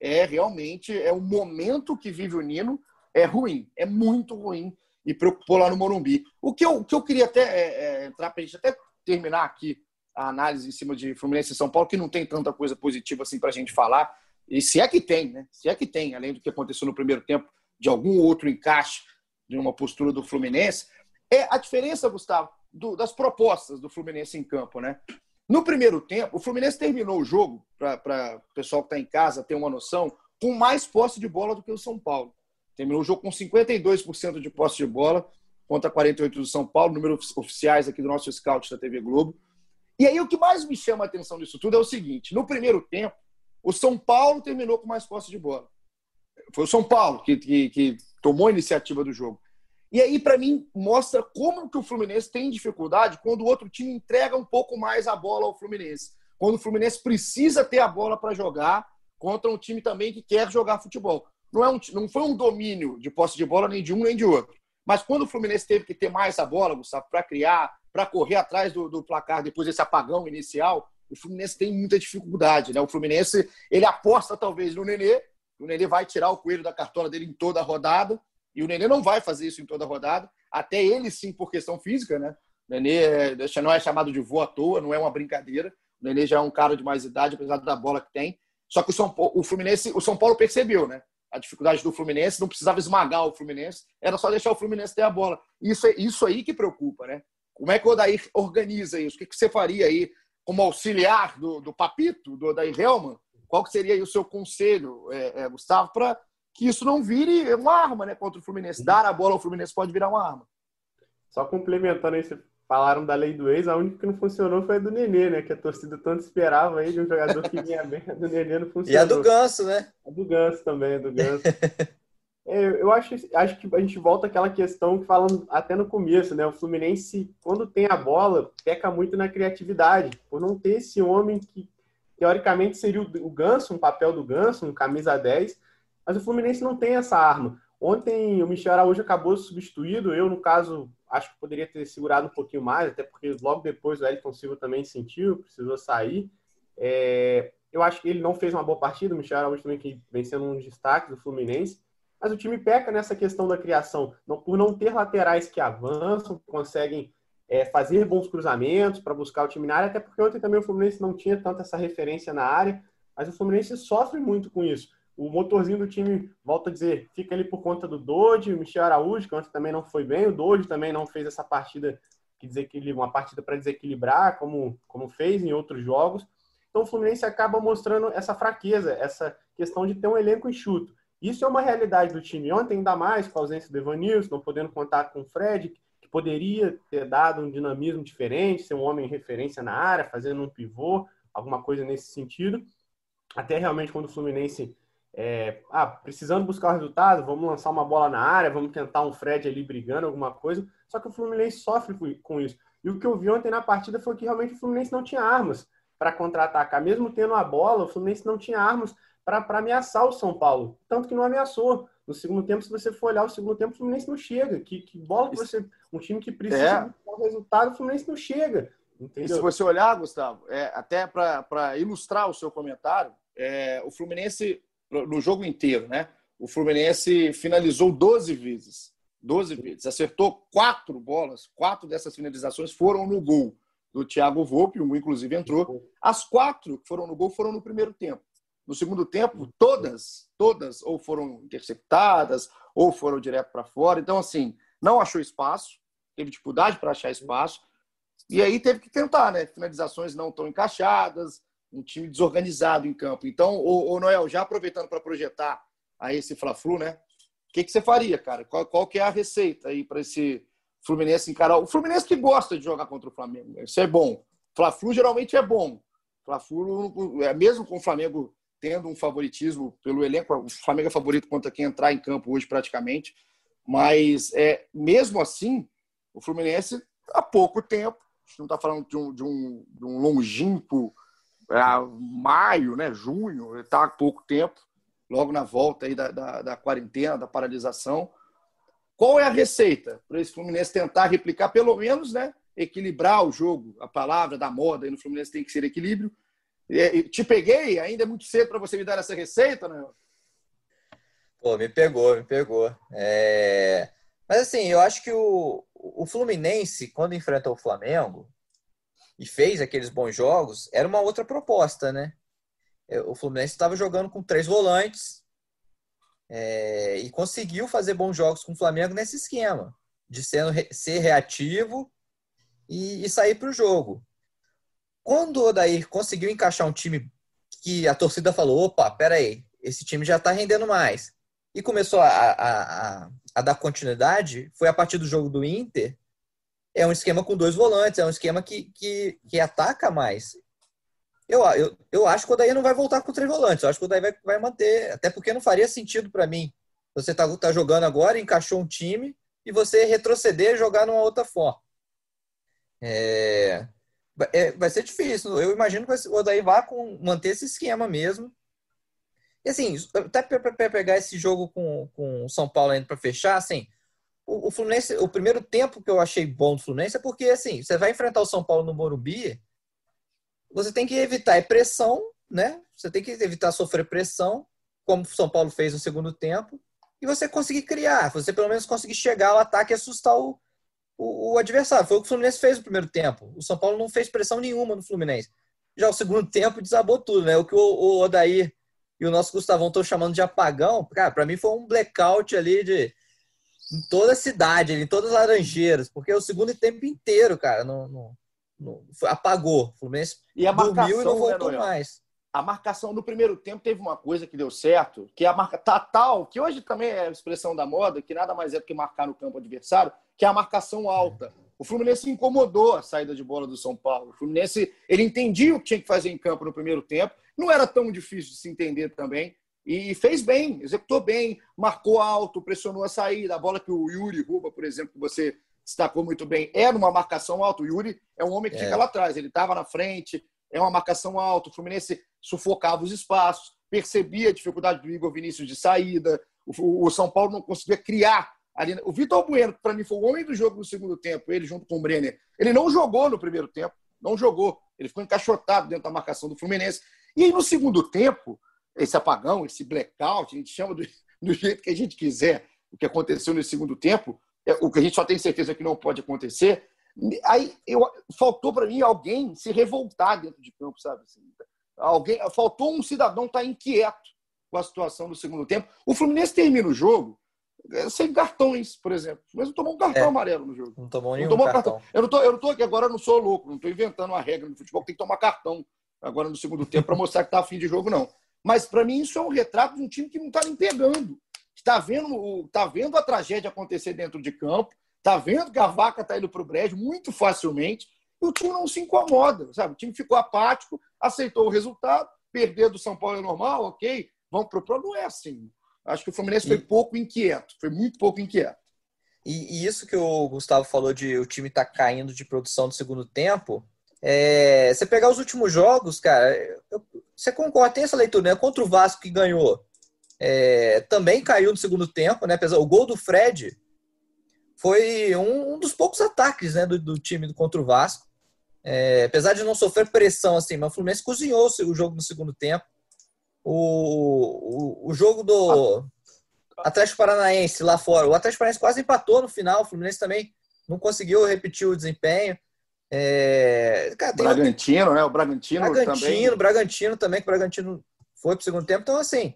S3: é realmente é o momento que vive o Nino é ruim, é muito ruim e preocupou lá no Morumbi. O que eu, o que eu queria até é, é, entrar para a gente até terminar aqui a análise em cima de Fluminense e São Paulo, que não tem tanta coisa positiva assim para a gente falar, e se é que tem, né? Se é que tem, além do que aconteceu no primeiro tempo, de algum outro encaixe de uma postura do Fluminense, é a diferença, Gustavo, do, das propostas do Fluminense em campo, né? No primeiro tempo, o Fluminense terminou o jogo, para o pessoal que está em casa ter uma noção, com mais posse de bola do que o São Paulo. Terminou o jogo com cinquenta e dois por cento de posse de bola contra quarenta e oito por cento do São Paulo, números oficiais aqui do nosso scout da T V Globo. E aí o que mais me chama a atenção disso tudo é o seguinte, no primeiro tempo, o São Paulo terminou com mais posse de bola. Foi o São Paulo que, que, que tomou a iniciativa do jogo. E aí, para mim, mostra como que o Fluminense tem dificuldade quando o outro time entrega um pouco mais a bola ao Fluminense. Quando o Fluminense precisa ter a bola para jogar contra um time também que quer jogar futebol. Não, é um, não foi um domínio de posse de bola nem de um nem de outro. Mas quando o Fluminense teve que ter mais a bola, Gustavo, para criar, para correr atrás do, do placar depois desse apagão inicial, o Fluminense tem muita dificuldade, né? O Fluminense, ele aposta talvez no Nenê, o Nenê vai tirar o coelho da cartola dele em toda a rodada, e o Nenê não vai fazer isso em toda a rodada, até ele sim por questão física, né? O Nenê não é chamado de vô à toa, não é uma brincadeira, o Nenê já é um cara de mais idade, apesar da bola que tem, só que o São Paulo, o Fluminense, o São Paulo percebeu, né? A dificuldade do Fluminense, não precisava esmagar o Fluminense, era só deixar o Fluminense ter a bola. Isso é isso aí que preocupa, né? Como é que o Odair organiza isso? O que você faria aí como auxiliar do, do Papito, do Odair Hellmann? Qual que seria aí o seu conselho, é, é, Gustavo, para que isso não vire uma arma, né, contra o Fluminense? Dar a bola ao Fluminense pode virar uma arma.
S5: Só complementando aí, vocês falaram da lei do ex, a única que não funcionou foi a do Nenê, né? Que a torcida tanto esperava aí de um jogador que vinha bem, a do Nenê não funcionou.
S4: E a do Ganso, né?
S5: A do Ganso também, a do Ganso. é, eu acho, acho que a gente volta àquela questão que falando até no começo, né? O Fluminense, quando tem a bola, peca muito na criatividade, por não ter esse homem que, teoricamente, seria o, o Ganso, um papel do Ganso, um camisa dez, mas o Fluminense não tem essa arma. Ontem o Michel Araújo acabou substituído, eu, no caso, acho que poderia ter segurado um pouquinho mais, até porque logo depois o Elton Silva também sentiu, precisou sair. É, eu acho que ele não fez uma boa partida, o Michel Araújo também que vem sendo um destaque do Fluminense, mas o time peca nessa questão da criação, não, por não ter laterais que avançam, conseguem é, fazer bons cruzamentos para buscar o time na área, até porque ontem também o Fluminense não tinha tanta essa referência na área, mas o Fluminense sofre muito com isso. O motorzinho do time, volto a dizer, fica ali por conta do Dodge, o Michel Araújo, que ontem também não foi bem, o Dodge também não fez essa partida, que desequilibra, uma partida para desequilibrar, como, como fez em outros jogos. Então o Fluminense acaba mostrando essa fraqueza, essa questão de ter um elenco enxuto. Isso é uma realidade do time. Ontem, ainda mais com a ausência do Evanilson, não podendo contar com o Fred, que poderia ter dado um dinamismo diferente, ser um homem referência na área, fazendo um pivô, alguma coisa nesse sentido. Até realmente quando o Fluminense... É, ah, precisando buscar o resultado, vamos lançar uma bola na área, vamos tentar um Fred ali brigando, alguma coisa, só que o Fluminense sofre com isso. E o que eu vi ontem na partida foi que realmente o Fluminense não tinha armas para contra-atacar, mesmo tendo a bola, o Fluminense não tinha armas para ameaçar o São Paulo, tanto que não ameaçou. No segundo tempo, se você for olhar o segundo tempo, o Fluminense não chega, que, que bola que você, um time que precisa
S3: é.
S5: buscar o resultado, o Fluminense não chega. Entendeu?
S3: E se você olhar, Gustavo, é, até para ilustrar o seu comentário, é, o Fluminense no jogo inteiro, né? O Fluminense finalizou doze vezes. doze vezes. Acertou quatro bolas. Quatro dessas finalizações foram no gol do Thiago Volpe, um inclusive entrou. As quatro que foram no gol foram no primeiro tempo. No segundo tempo, todas, todas ou foram interceptadas ou foram direto para fora. Então, assim, não achou espaço, teve dificuldade para achar espaço. E aí teve que tentar, né? Finalizações não tão encaixadas, um time desorganizado em campo. Então, ô, ô Noel, já aproveitando para projetar aí esse Fla-Flu, né? O que, que você faria, cara? Qual, qual que é a receita aí para esse Fluminense encarar? O Fluminense que gosta de jogar contra o Flamengo. Isso é bom. Fla-Flu geralmente é bom. Fla-Flu, é mesmo com o Flamengo tendo um favoritismo pelo elenco, o Flamengo é favorito contra quem entrar em campo hoje praticamente. Mas, é, mesmo assim, o Fluminense, há pouco tempo, a gente não está falando de um, de um, de um longínquo É, maio, né, junho, está há pouco tempo, logo na volta aí da, da, da quarentena, da paralisação. Qual é a receita para esse Fluminense tentar replicar, pelo menos, né, equilibrar o jogo? A palavra da moda aí no Fluminense tem que ser equilíbrio. Te peguei? Ainda é muito cedo para você me dar essa receita, né?
S4: Pô, me pegou, me pegou. É... Mas assim, eu acho que o, o Fluminense, quando enfrentou o Flamengo e fez aqueles bons jogos, era uma outra proposta, né? O Fluminense estava jogando com três volantes é... e conseguiu fazer bons jogos com o Flamengo nesse esquema, de sendo, ser reativo e, e sair para o jogo. Quando o Odair conseguiu encaixar um time que a torcida falou, opa, peraí, esse time já está rendendo mais, e começou a, a, a, a dar continuidade, foi a partir do jogo do Inter, é um esquema com dois volantes, é um esquema que, que, que ataca mais. Eu, eu, eu acho que o Odair não vai voltar com três volantes, eu acho que o Odair vai, vai manter, até porque não faria sentido para mim. Você está tá jogando agora, encaixou um time, e você retroceder e jogar numa outra forma. É... É, vai ser difícil. Eu imagino que o Odair vai com, manter esse esquema mesmo. E assim, até para pegar esse jogo com, com o São Paulo ainda para fechar, assim, o, o Fluminense, o primeiro tempo que eu achei bom do Fluminense é porque, assim, você vai enfrentar o São Paulo no Morumbi, você tem que evitar a pressão, né? Você tem que evitar sofrer pressão, como o São Paulo fez no segundo tempo, e você conseguir criar, você pelo menos conseguir chegar ao ataque e assustar o O, o adversário. Foi o que o Fluminense fez no primeiro tempo. O São Paulo não fez pressão nenhuma no Fluminense. Já o segundo tempo desabou tudo, né? O que o, o Odair e o nosso Gustavão estão chamando de apagão, cara, para mim foi um blackout ali de em toda a cidade, em todas as Laranjeiras, porque o segundo tempo inteiro, cara, não, não, não apagou. O Fluminense
S3: e a
S4: dormiu
S3: marcação,
S4: e não voltou
S3: né,
S4: mais.
S3: A marcação no primeiro tempo teve uma coisa que deu certo, que é a marca Tatal, que hoje também é a expressão da moda, que nada mais é do que marcar no campo adversário, que é a marcação alta. O Fluminense incomodou a saída de bola do São Paulo. O Fluminense, ele entendia o que tinha que fazer em campo no primeiro tempo, não era tão difícil de se entender também, e fez bem, executou bem, marcou alto, pressionou a saída. A bola que o Yuri rouba, por exemplo, que você destacou muito bem, era uma marcação alta. O Yuri é um homem que é. fica lá atrás, ele estava na frente, é uma marcação alta. O Fluminense sufocava os espaços, percebia a dificuldade do Igor Vinícius de saída, o, o São Paulo não conseguia criar ali. O Vitor Bueno, que para mim foi o homem do jogo no segundo tempo, ele junto com o Brenner, ele não jogou no primeiro tempo, não jogou, ele ficou encaixotado dentro da marcação do Fluminense. E aí no segundo tempo, esse apagão, esse blackout, a gente chama do, do jeito que a gente quiser, o que aconteceu no segundo tempo, é, o que a gente só tem certeza que não pode acontecer. Aí eu, faltou para mim alguém se revoltar dentro de campo, sabe? Assim, alguém, faltou um cidadão estar inquieto com a situação do segundo tempo. O Fluminense termina o jogo sem cartões, por exemplo. Mas não tomou um cartão é, amarelo no jogo.
S4: Não tomou nenhum
S3: não tomou
S4: cartão.
S3: cartão. Eu não tô, eu não tô aqui agora, eu não sou louco, não estou inventando uma regra no futebol que tem que tomar cartão agora no segundo tempo para mostrar que está a fim de jogo, não. Mas para mim isso é um retrato de um time que não está nem pegando. Está vendo, tá vendo a tragédia acontecer dentro de campo, está vendo que a vaca está indo para o brejo muito facilmente, e o time não se incomoda, sabe? O time ficou apático, aceitou o resultado, perder do São Paulo é normal, ok, vamos para o pro. Não é assim. Acho que o Fluminense foi pouco inquieto, foi muito pouco inquieto.
S4: E, e isso que o Gustavo falou de o time estar tá caindo de produção no segundo tempo, é, você pegar os últimos jogos, cara, eu, você concorda, tem essa leitura, né? Contra o Vasco que ganhou, é, também caiu no segundo tempo, né? Apesar, o gol do Fred foi um, um dos poucos ataques, né, do, do time do contra o Vasco. É, apesar de não sofrer pressão assim, mas o Fluminense cozinhou o jogo no segundo tempo. O, o, o jogo do Atlético Paranaense lá fora, o Atlético Paranaense quase empatou no final, o Fluminense também não conseguiu repetir o desempenho. É, cara, tem
S3: Bragantino,
S4: um...
S3: né? O Bragantino,
S4: Bragantino
S3: também.
S4: O Bragantino também, que o Bragantino foi pro segundo tempo. Então, assim,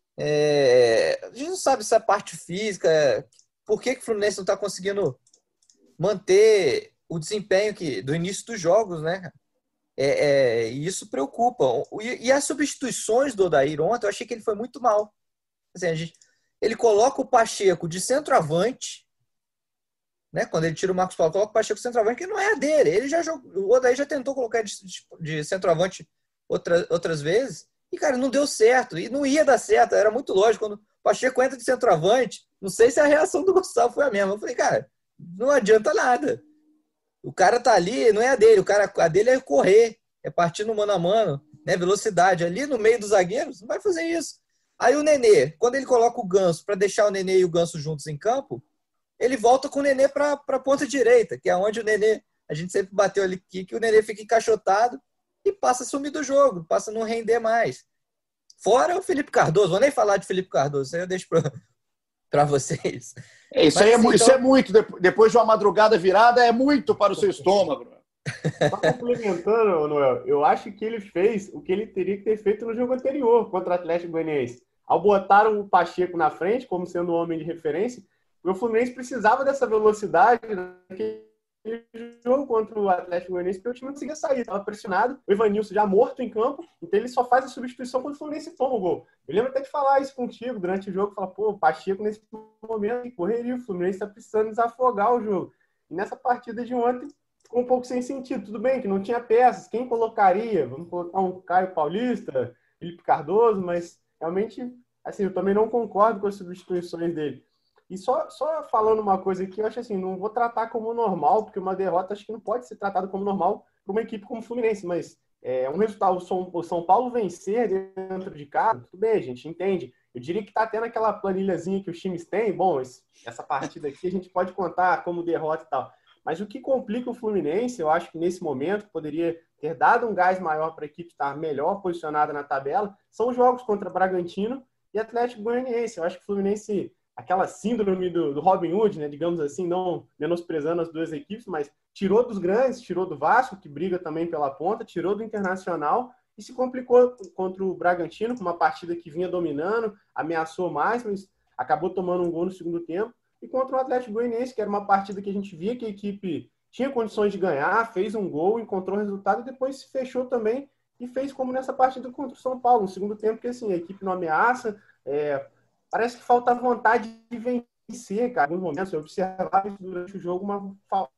S4: é... a gente não sabe essa parte física, por que, que o Fluminense não está conseguindo manter o desempenho que, do início dos jogos, né? É, é, e isso preocupa. E, e as substituições do Odair ontem, eu achei que ele foi muito mal. Assim, a gente, ele coloca o Pacheco de centroavante, né? Quando ele tira o Marcos Paulo, coloca o Pacheco de centroavante, que não é a dele. Ele já jogou, o Odair já tentou colocar de, de, de centroavante outra, outras vezes, e, cara, não deu certo. E não ia dar certo, era muito lógico. Quando o Pacheco entra de centroavante, não sei se a reação do Gustavo foi a mesma. Eu falei, cara, não adianta nada. O cara tá ali, não é a dele, o cara, a dele é correr, é partir no mano a mano, né, velocidade. Ali no meio dos zagueiros, não vai fazer isso. Aí o Nenê, quando ele coloca o Ganso para deixar o Nenê e o Ganso juntos em campo, ele volta com o Nenê para a ponta direita, que é onde o Nenê, a gente sempre bateu ali, que o Nenê fica encaixotado, e passa a sumir do jogo, passa a não render mais. Fora o Felipe Cardoso, vou nem falar de Felipe Cardoso, isso aí eu deixo para vocês.
S3: É, isso,
S4: Mas,
S3: aí é,
S4: assim,
S3: isso
S4: então...
S3: é muito, depois de uma madrugada virada, é muito para o seu estômago.
S5: Só complementando, Noel, eu acho que ele fez o que ele teria que ter feito no jogo anterior contra o Atlético Goianiense. Ao botar o Pacheco na frente, como sendo o homem de referência, o Fluminense precisava dessa velocidade naquele jogo contra o Atlético Goianiense, porque o time não conseguia sair, estava pressionado, o Evanilson já morto em campo, então ele só faz a substituição quando o Fluminense toma o gol. Eu lembro até de falar isso contigo durante o jogo, falar, pô, o Pacheco nesse momento correria, o Fluminense está precisando desafogar o jogo. E nessa partida de ontem, ficou um pouco sem sentido. Tudo bem que não tinha peças. Quem colocaria? Vamos colocar um Caio Paulista, Felipe Cardoso, mas realmente, assim, eu também não concordo com as substituições dele. E só, só falando uma coisa aqui, eu acho assim, não vou tratar como normal, porque uma derrota acho que não pode ser tratada como normal para uma equipe como o Fluminense, mas é um resultado, o São, o São Paulo vencer dentro de casa, tudo bem, a gente entende. Eu diria que está tendo aquela planilhazinha que os times têm, bom, esse, essa partida aqui a gente pode contar como derrota e tal. Mas o que complica o Fluminense, eu acho que nesse momento poderia ter dado um gás maior para a equipe estar melhor posicionada na tabela, são os jogos contra Bragantino e Atlético Goianiense. Eu acho que o Fluminense, aquela síndrome do, do Robin Hood, né, digamos assim, não menosprezando as duas equipes, mas tirou dos grandes, tirou do Vasco, que briga também pela ponta, tirou do Internacional e se complicou contra o Bragantino, com uma partida que vinha dominando, ameaçou mais, mas acabou tomando um gol no segundo tempo. E contra o Atlético Goianiense, que era uma partida que a gente via que a equipe tinha condições de ganhar, fez um gol, encontrou resultado e depois se fechou também e fez como nessa partida contra o São Paulo, no segundo tempo, que assim, a equipe não ameaça, é, parece que falta vontade de vencer, cara. Em alguns momentos eu observava durante o jogo uma,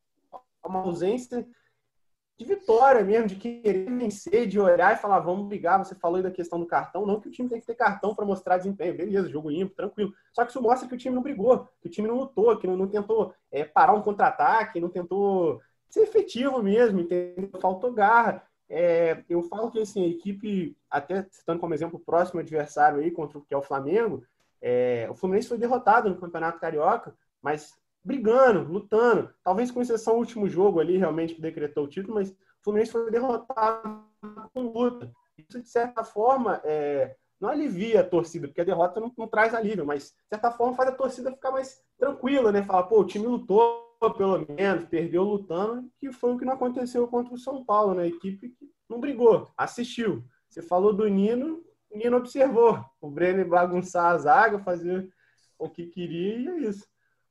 S5: uma ausência de vitória mesmo, de querer vencer, de olhar e falar, vamos brigar. Você falou aí da questão do cartão, não que o time tem que ter cartão para mostrar desempenho, beleza, jogo limpo, tranquilo. Só que isso mostra que o time não brigou, que o time não lutou, que não, não tentou é, parar um contra-ataque, não tentou ser efetivo mesmo, entendeu? Faltou garra. É, eu falo que assim, a equipe, até citando como exemplo o próximo adversário aí, contra o que é o Flamengo, é, o Fluminense foi derrotado no Campeonato Carioca, mas brigando, lutando, talvez com exceção do último jogo ali, realmente, que decretou o título, mas o Fluminense foi derrotado com luta. Isso, de certa forma, é, não alivia a torcida, porque a derrota não, não traz alívio, mas, de certa forma, faz a torcida ficar mais tranquila, né? Falar, pô, o time lutou, pelo menos, perdeu lutando, que foi o que não aconteceu contra o São Paulo, né? A equipe que não brigou, assistiu. Você falou do Nino, o Nino observou. O Brenner bagunçar a zaga, fazer o que queria, e é isso.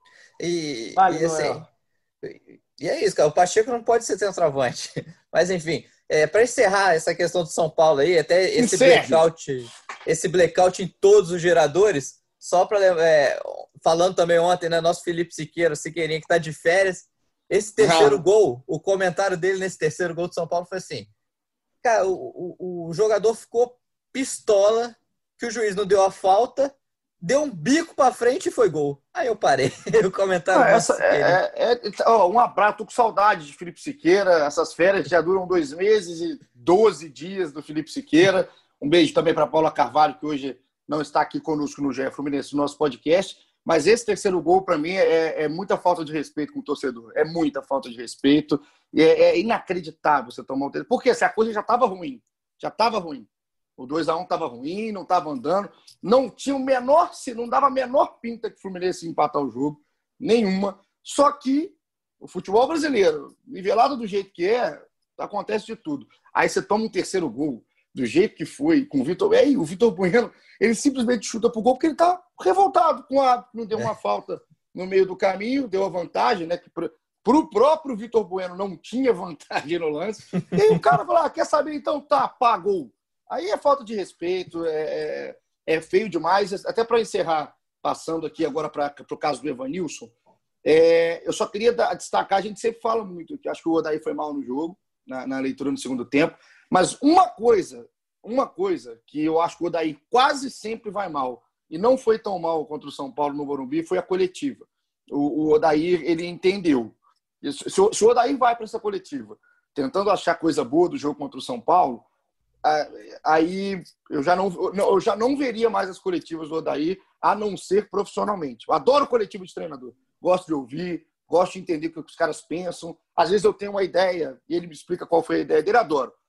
S4: E,
S5: vale,
S4: e, assim, e é isso, cara. O Pacheco não pode ser centroavante. Mas, enfim, é, para encerrar essa questão do São Paulo aí, até esse
S3: Encerre.
S4: blackout, esse blackout em todos os geradores, só para é, falando também ontem, né, nosso Felipe Siqueira, Siqueirinha, que está de férias, esse terceiro
S3: Ah.
S4: gol, o comentário dele nesse terceiro gol do São Paulo foi assim, cara, o, o, o jogador ficou pistola, que o juiz não deu a falta, deu um bico pra frente e foi gol. Aí eu parei. O comentário
S3: Ah,
S4: do
S3: essa, é, é, é, ó, um abraço, tô com saudade de Felipe Siqueira. Essas férias já duram dois meses e doze dias do Felipe Siqueira. Um beijo também para Paula Carvalho, que hoje não está aqui conosco no G E Fluminense, no nosso podcast. Mas esse terceiro gol, para mim, é, é muita falta de respeito com o torcedor. É muita falta de respeito. E é, é inacreditável você tomar o terceiro. Porque assim, a coisa já estava ruim. Já estava ruim. O dois a um estava ruim, não estava andando. Não tinha o menor, não dava a menor pinta que o Fluminense ia empatar o jogo. Nenhuma. Só que o futebol brasileiro, nivelado do jeito que é, acontece de tudo. Aí você toma um terceiro gol, do jeito que foi, com o Vitor. Aí o Vitor Bueno, ele simplesmente chuta pro gol porque ele tá revoltado com a não deu uma é. falta no meio do caminho, deu a vantagem, né? Que pro, pro próprio Vitor Bueno não tinha vantagem no lance. E aí o cara fala: ah, quer saber, então tá, pagou. Aí é falta de respeito, é, é feio demais. Até para encerrar, passando aqui agora para o caso do Evanilson, é, eu só queria destacar, a gente sempre fala muito, que acho que o Odair foi mal no jogo, na, na leitura no segundo tempo, mas uma coisa, uma coisa que eu acho que o Odair quase sempre vai mal, e não foi tão mal contra o São Paulo no Morumbi, foi a coletiva. O, o Odair, ele entendeu. Se, se o Odair vai para essa coletiva, tentando achar coisa boa do jogo contra o São Paulo, aí eu já não, eu já não veria mais as coletivas do Odair, a não ser profissionalmente. Eu adoro coletivo de treinador. Gosto de ouvir, gosto de entender o que os caras pensam. Às vezes eu tenho uma ideia e ele me explica qual foi a ideia dele, adoro.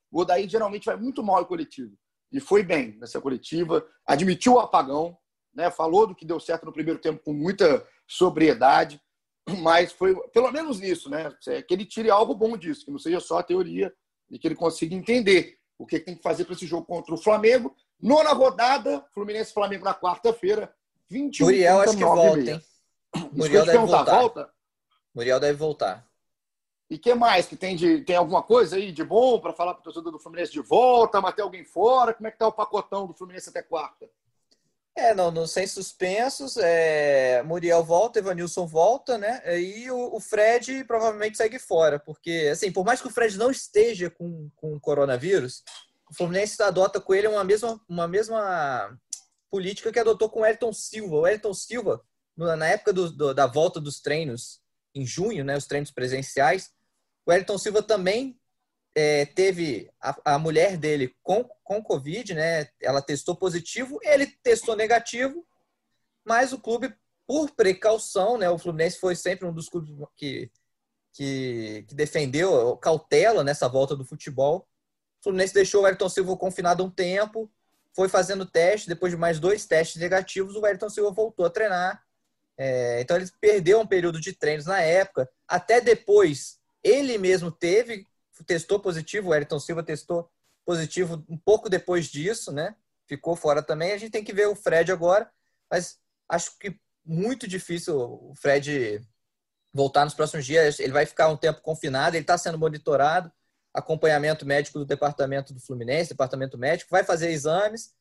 S3: O Odair geralmente vai muito mal em coletivo. E foi bem nessa coletiva, admitiu o apagão, né? Falou do que deu certo no primeiro tempo com muita sobriedade, mas foi pelo menos nisso, né? Que ele tire algo bom disso, que não seja só a teoria, e que ele consiga entender o que tem que fazer para esse jogo contra o Flamengo. Nona rodada, Fluminense e Flamengo na quarta-feira, vinte e um
S4: Muriel acho que volta, hein? Muriel deve voltar. Volta? Muriel deve voltar.
S3: E o que mais que tem de tem alguma coisa aí de bom para falar para o torcedor do Fluminense de volta, manter alguém fora? Como é que tá o pacotão do Fluminense até quarta?
S4: É, não, não sem suspensos, é, Muriel volta, Evanilson volta, né? E o, o Fred provavelmente segue fora, porque, assim, por mais que o Fred não esteja com, com coronavírus, o Fluminense adota com ele uma mesma, uma mesma política que adotou com o Ayrton Silva. O Ayrton Silva, na época do, do, da volta dos treinos, em junho, né, os treinos presenciais, o Ayrton Silva também É, teve a, a mulher dele com, com Covid, né? Ela testou positivo, ele testou negativo, mas o clube, por precaução, né? O Fluminense foi sempre um dos clubes que, que, que defendeu cautela nessa volta do futebol. O Fluminense deixou o Ayrton Silva confinado um tempo, foi fazendo teste, depois de mais dois testes negativos, o Ayrton Silva voltou a treinar. É, então ele perdeu um período de treinos na época, até depois ele mesmo teve testou positivo, o Ayrton Silva testou positivo um pouco depois disso, né? Ficou fora também. A gente tem que ver o Fred agora, mas acho que muito difícil o Fred voltar nos próximos dias. Ele vai ficar um tempo confinado, ele está sendo monitorado, acompanhamento médico do departamento do Fluminense, departamento médico, vai fazer exames.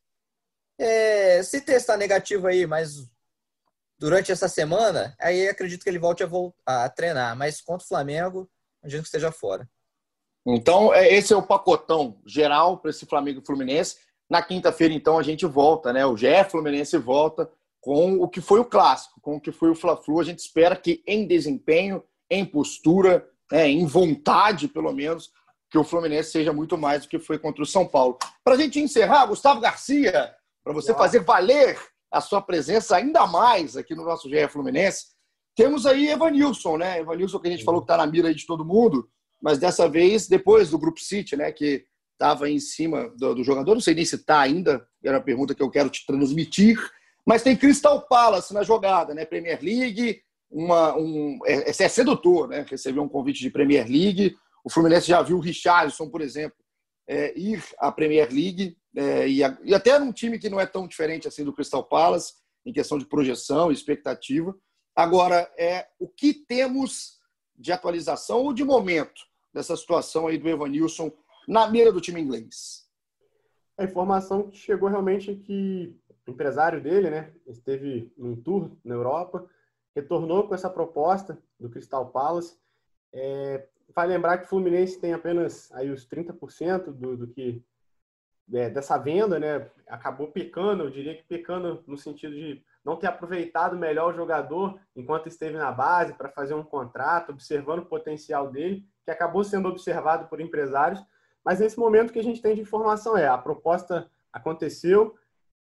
S4: É, se testar negativo aí, mas durante essa semana, aí acredito que ele volte a, voltar, a treinar, mas contra o Flamengo, imagino que esteja fora.
S3: Então, esse é o pacotão geral para esse Flamengo e Fluminense. Na quinta-feira, então, a gente volta, né? O G E Fluminense volta com o que foi o clássico, com o que foi o Fla-Flu. A gente espera que em desempenho, em postura, né, em vontade, pelo menos, que o Fluminense seja muito mais do que foi contra o São Paulo. Para a gente encerrar, Gustavo Garcia, para você
S5: Uau.
S3: fazer valer a sua presença ainda mais aqui no nosso G E Fluminense, temos aí Evanilson, né? Evanilson que a gente falou que está na mira aí de todo mundo, mas dessa vez, depois do Grupo City, né, que estava em cima do, do jogador, não sei nem se está ainda, era a pergunta que eu quero te transmitir, mas tem Crystal Palace na jogada, né, Premier League, uma, um, é, é sedutor, né, receber um convite de Premier League, o Fluminense já viu o Richarlison, por exemplo, é, ir à Premier League, é, e, a, e até num time que não é tão diferente assim do Crystal Palace, em questão de projeção e expectativa. Agora, é, o que temos de atualização ou de momento dessa situação aí do Evanilson na mira do time inglês?
S5: A informação que chegou realmente é que o empresário dele, né, esteve num tour na Europa, retornou com essa proposta do Crystal Palace. É, vai lembrar que o Fluminense tem apenas aí os trinta por cento do, do que é, dessa venda, né? Acabou pecando, eu diria que pecando no sentido de não ter aproveitado melhor o jogador enquanto esteve na base para fazer um contrato, observando o potencial dele, que acabou sendo observado por empresários. Mas nesse momento que a gente tem de informação é, a proposta aconteceu,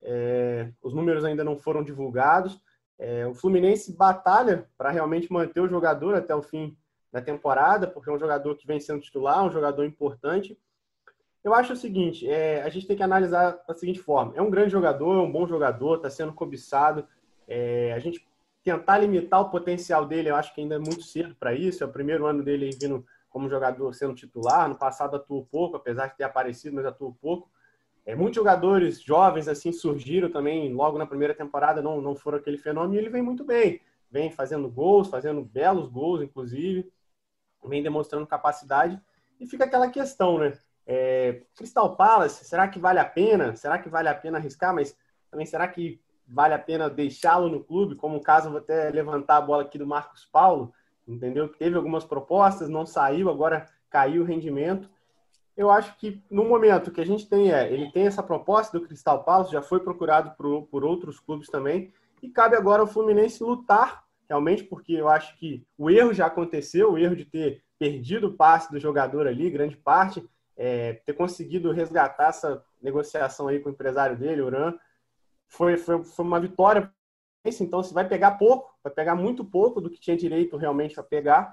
S5: é, os números ainda não foram divulgados, é, o Fluminense batalha para realmente manter o jogador até o fim da temporada, porque é um jogador que vem sendo titular, um jogador importante. Eu acho o seguinte, é, a gente tem que analisar da seguinte forma, é um grande jogador, é um bom jogador, está sendo cobiçado, é, a gente tentar limitar o potencial dele, eu acho que ainda é muito cedo para isso, é o primeiro ano dele vindo como jogador sendo titular, no passado atuou pouco, apesar de ter aparecido, mas atuou pouco. É, muitos jogadores jovens assim surgiram também logo na primeira temporada, não, não foram aquele fenômeno, e ele vem muito bem, vem fazendo gols, fazendo belos gols, inclusive, vem demonstrando capacidade, e fica aquela questão, né? É, Crystal Palace, será que vale a pena? Será que vale a pena arriscar? Mas também será que vale a pena deixá-lo no clube? Como o caso, vou até levantar a bola aqui do Marcos Paulo, entendeu? Teve algumas propostas, não saiu, agora caiu o rendimento. Eu acho que no momento que a gente tem, é, ele tem essa proposta do Crystal Palace, já foi procurado por, por outros clubes também, e cabe agora ao Fluminense lutar, realmente, porque eu acho que o erro já aconteceu, o erro de ter perdido o passe do jogador ali, grande parte, é, ter conseguido resgatar essa negociação aí com o empresário dele, o Uran, foi, foi, foi uma vitória. Então, se vai pegar pouco, vai pegar muito pouco do que tinha direito realmente a pegar,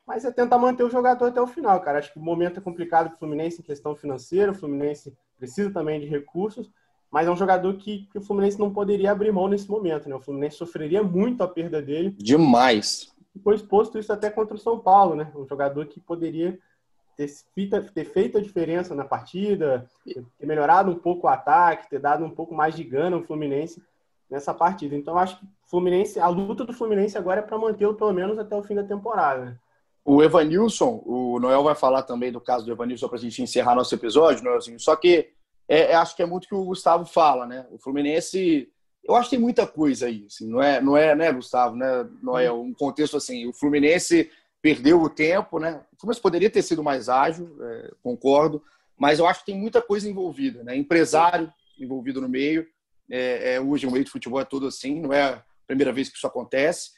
S5: mas é tentar manter o jogador até o final, cara. Acho que o momento é complicado para o Fluminense em questão financeira, o Fluminense precisa também de recursos, mas é um jogador que, que o Fluminense não poderia abrir mão nesse momento, né? O Fluminense sofreria muito a perda dele.
S3: Demais.
S5: Foi exposto isso até contra o São Paulo, né? Um jogador que poderia ter, ter feito a diferença na partida, ter melhorado um pouco o ataque, ter dado um pouco mais de gana ao Fluminense nessa partida. Então, acho que o Fluminense, a luta do Fluminense agora é para mantê-lo pelo menos até o fim da temporada, né?
S3: O Evanilson, o Noel vai falar também do caso do Evanilson para a gente encerrar nosso episódio, Noelzinho. Só que é, acho que é muito o que o Gustavo fala, né? O Fluminense, eu acho que tem muita coisa aí, assim, não é, não é, né, Gustavo, né, Noel? Um contexto assim, o Fluminense perdeu o tempo, né? O Fluminense poderia ter sido mais ágil, é, concordo, mas eu acho que tem muita coisa envolvida, né? Empresário envolvido no meio, é, é, hoje o meio de futebol é todo assim, não é a primeira vez que isso acontece.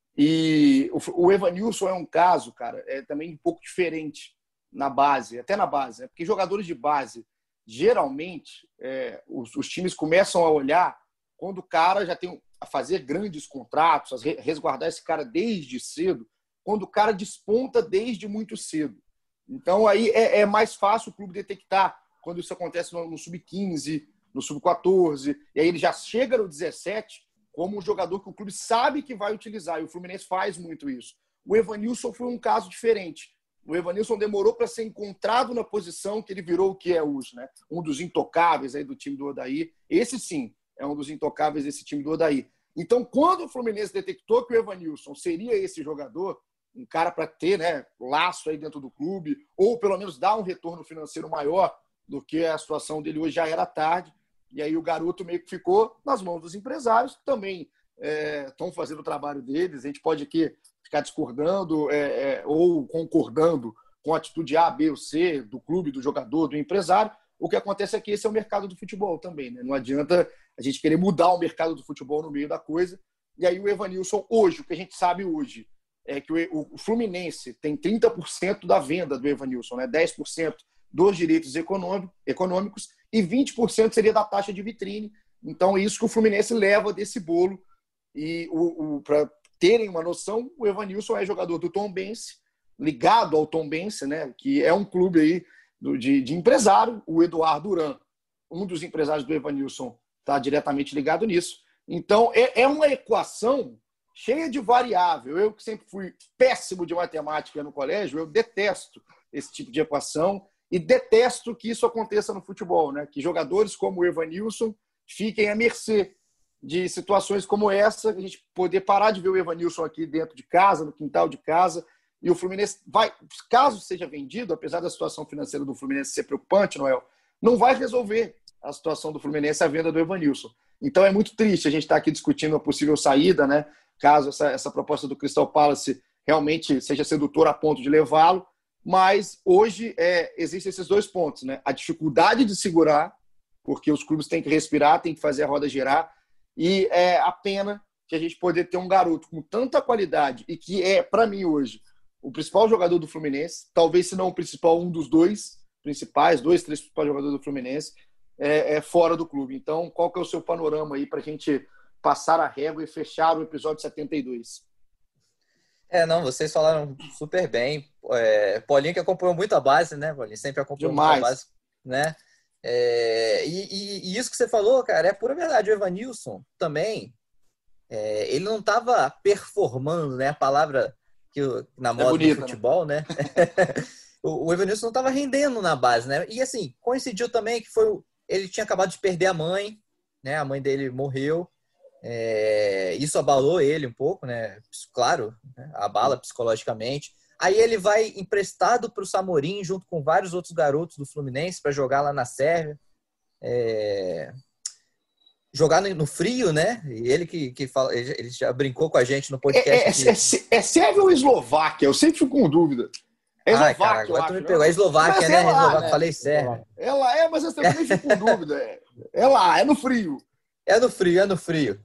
S3: E o Evanilson é um caso, cara, é também um pouco diferente na base, até na base, né? Porque jogadores de base, geralmente, é, os, os times começam a olhar quando o cara já tem a fazer grandes contratos, a resguardar esse cara desde cedo, quando o cara desponta desde muito cedo. Então, aí é, é mais fácil o clube detectar quando isso acontece no, no sub quinze, no sub quatorze, e aí ele já chega no dezessete como um jogador que o clube sabe que vai utilizar, e o Fluminense faz muito isso. O Evanilson foi um caso diferente. O Evanilson demorou para ser encontrado na posição que ele virou o que é hoje, né? Um dos intocáveis aí do time do Odair. Esse sim é um dos intocáveis desse time do Odair. Então, quando o Fluminense detectou que o Evanilson seria esse jogador, um cara para ter, né, laço aí dentro do clube, ou pelo menos dar um retorno financeiro maior do que a situação dele hoje, já era tarde. E aí o garoto meio que ficou nas mãos dos empresários, que também estão é, fazendo o trabalho deles. A gente pode aqui ficar discordando é, é, ou concordando com a atitude A, B ou C do clube, do jogador, do empresário. O que acontece é que esse é o mercado do futebol também, né? Não adianta a gente querer mudar o mercado do futebol no meio da coisa. E aí o Evanilson, hoje, o que a gente sabe hoje, é que o, o Fluminense tem trinta por cento da venda do Evanilson, né? dez por cento dos direitos econômicos e vinte por cento seria da taxa de vitrine. Então, é isso que o Fluminense leva desse bolo. E o, o, para terem uma noção, o Evanilson é jogador do Tombense, ligado ao Tombense, né, que é um clube aí do, de, de empresário. O Eduardo Duran, um dos empresários do Evanilson, está diretamente ligado nisso. Então, é, é uma equação cheia de variável. Eu que sempre fui péssimo de matemática no colégio, eu detesto esse tipo de equação. E detesto que isso aconteça no futebol, né? Que jogadores como o Evanilson fiquem à mercê de situações como essa, a gente poder parar de ver o Evanilson aqui dentro de casa, no quintal de casa, e o Fluminense vai, caso seja vendido, apesar da situação financeira do Fluminense ser preocupante, Noel, não vai resolver a situação do Fluminense a venda do Evanilson. Então é muito triste a gente estar aqui discutindo a possível saída, né? Caso essa, essa proposta do Crystal Palace realmente seja sedutora a ponto de levá-lo. Mas hoje é, existem esses dois pontos, né? A dificuldade de segurar, porque os clubes têm que respirar, têm que fazer a roda girar, e é a pena que a gente poder ter um garoto com tanta qualidade e que é, para mim hoje, o principal jogador do Fluminense, talvez se não o principal, um dos dois principais, dois, três principais jogadores do Fluminense, é, é fora do clube. Então, qual que é o seu panorama aí para a gente passar a régua e fechar o episódio setenta e dois?
S4: É, não, vocês falaram super bem. É, Paulinho que acompanhou muito a base, né, Paulinho? Sempre acompanhou muito a base, né? É, e, e, e isso que você falou, cara, é pura verdade. O Evanilson também, é, ele não estava performando, né? A palavra que na moda é bonita, do futebol, né? né? o, o Evanilson não estava rendendo na base, né? E assim, coincidiu também que foi ele tinha acabado de perder a mãe, né? A mãe dele morreu. É, isso abalou ele um pouco, né? Claro, né? Abala psicologicamente. Aí ele vai emprestado para o Samorim junto com vários outros garotos do Fluminense para jogar lá na Sérvia. É... Jogar no frio, né? E ele que, que fala, ele já brincou com a gente no podcast.
S3: É, é, é, é Sérvia ou Eslováquia? Eu sempre fico com dúvida. É
S4: Eslováquia, ah, cara, agora tu me pegou. É Eslováquia, né? É lá, Eslováquia, né? Falei Sérvia.
S3: É lá, é, mas eu também fico com dúvida. É, é lá, é no frio.
S4: É no frio, é no frio.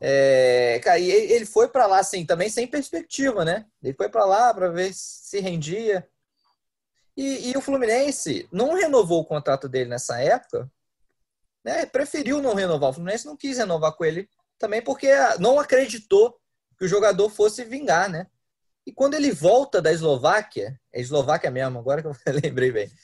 S4: É, cara, e ele foi para lá assim, também sem perspectiva, né? Ele foi para lá para ver se rendia. E, e o Fluminense não renovou o contrato dele nessa época, né? Preferiu não renovar. O Fluminense não quis renovar com ele também porque não acreditou que o jogador fosse vingar, né? E quando ele volta da Eslováquia, é Eslováquia mesmo, agora que eu lembrei bem,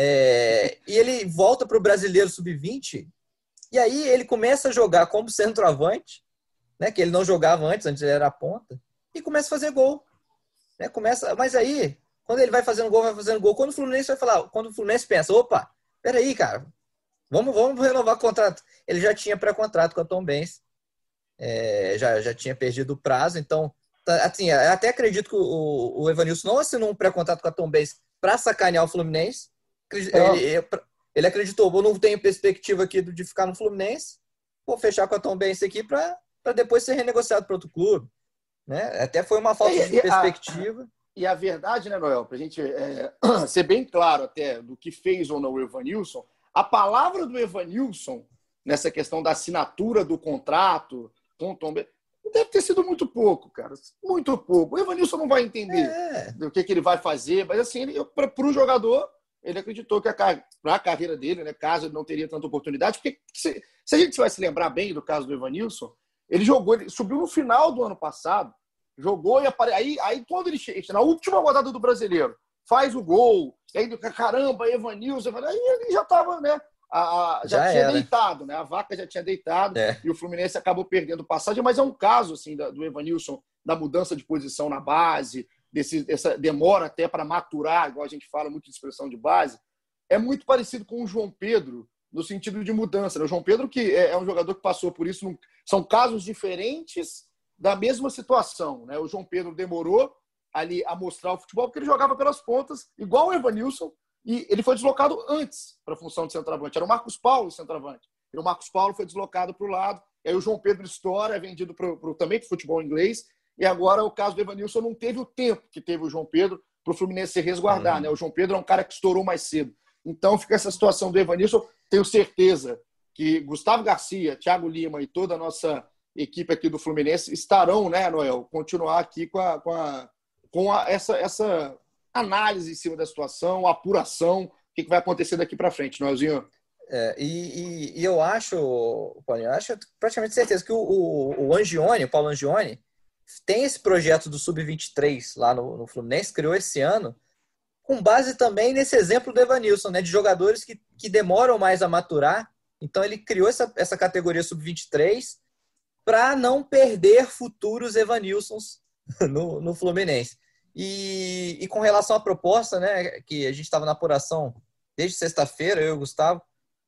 S4: é, e ele volta para o Brasileiro sub vinte, e aí ele começa a jogar como centroavante, né, que ele não jogava antes, antes ele era ponta, e começa a fazer gol. Né, começa, mas aí, quando ele vai fazendo gol, vai fazendo gol, quando o Fluminense vai falar, quando o Fluminense pensa, opa, peraí, cara, vamos, vamos renovar o contrato. Ele já tinha pré-contrato com a Tombense, é, já, já tinha perdido o prazo, então, assim, eu até acredito que o, o Evanilson não assinou um pré-contrato com a Tombense para sacanear o Fluminense. Ele, ele acreditou, eu não tenho perspectiva aqui de ficar no Fluminense, vou fechar com a Tombense aqui para depois ser renegociado para outro clube. Né? Até foi uma falta de perspectiva.
S3: A, e a verdade, né, Noel, para a gente é, ser bem claro até do que fez ou não o Evanilson, a palavra do Evanilson nessa questão da assinatura do contrato com o Tombense deve ter sido muito pouco, cara. Muito pouco. O Evanilson não vai entender é. do que, que ele vai fazer, mas assim, para o jogador, ele acreditou que para a carreira dele, né, caso ele não teria tanta oportunidade, porque se, se a gente vai se lembrar bem do caso do Evanilson, ele jogou, ele subiu no final do ano passado, jogou e apare... aí, aí quando ele chega, na última rodada do Brasileiro, faz o gol, e aí, caramba, Evanilson, aí ele já estava, né? A, a, já, já tinha era. deitado, né? A vaca já tinha deitado é. e o Fluminense acabou perdendo passagem, mas é um caso assim da, do Evanilson, da mudança de posição na base, desse, dessa demora até para maturar, igual a gente fala muito de expressão de base, é muito parecido com o João Pedro no sentido de mudança. Né? O João Pedro, que é, é um jogador que passou por isso, num, são casos diferentes da mesma situação. Né? O João Pedro demorou ali a mostrar o futebol porque ele jogava pelas pontas, igual o Evanilson, e ele foi deslocado antes para a função de centroavante. Era o Marcos Paulo, centroavante. E o Marcos Paulo foi deslocado para o lado. E aí o João Pedro estoura, é vendido pro, pro, também para o futebol inglês. E agora o caso do Evanilson não teve o tempo que teve o João Pedro para o Fluminense se resguardar. Uhum. Né? O João Pedro é um cara que estourou mais cedo. Então fica essa situação do Evanilson. Tenho certeza que Gustavo Garcia, Thiago Lima e toda a nossa equipe aqui do Fluminense estarão, né, Noel, continuar aqui com, a, com, a, com a, essa... essa análise em cima da situação, apuração, o que vai acontecer daqui para frente, Noelzinho?
S4: É, e, e, e eu acho, Paulinho, eu acho praticamente certeza que o, o, o Angione, o Paulo Angione, tem esse projeto do sub vinte e três lá no, no Fluminense, criou esse ano, com base também nesse exemplo do Evanilson, né, de jogadores que, que demoram mais a maturar. Então ele criou essa, essa categoria sub vinte e três para não perder futuros Evanilsons no, no Fluminense. E, e com relação à proposta, né, que a gente estava na apuração desde sexta-feira, eu e o Gustavo,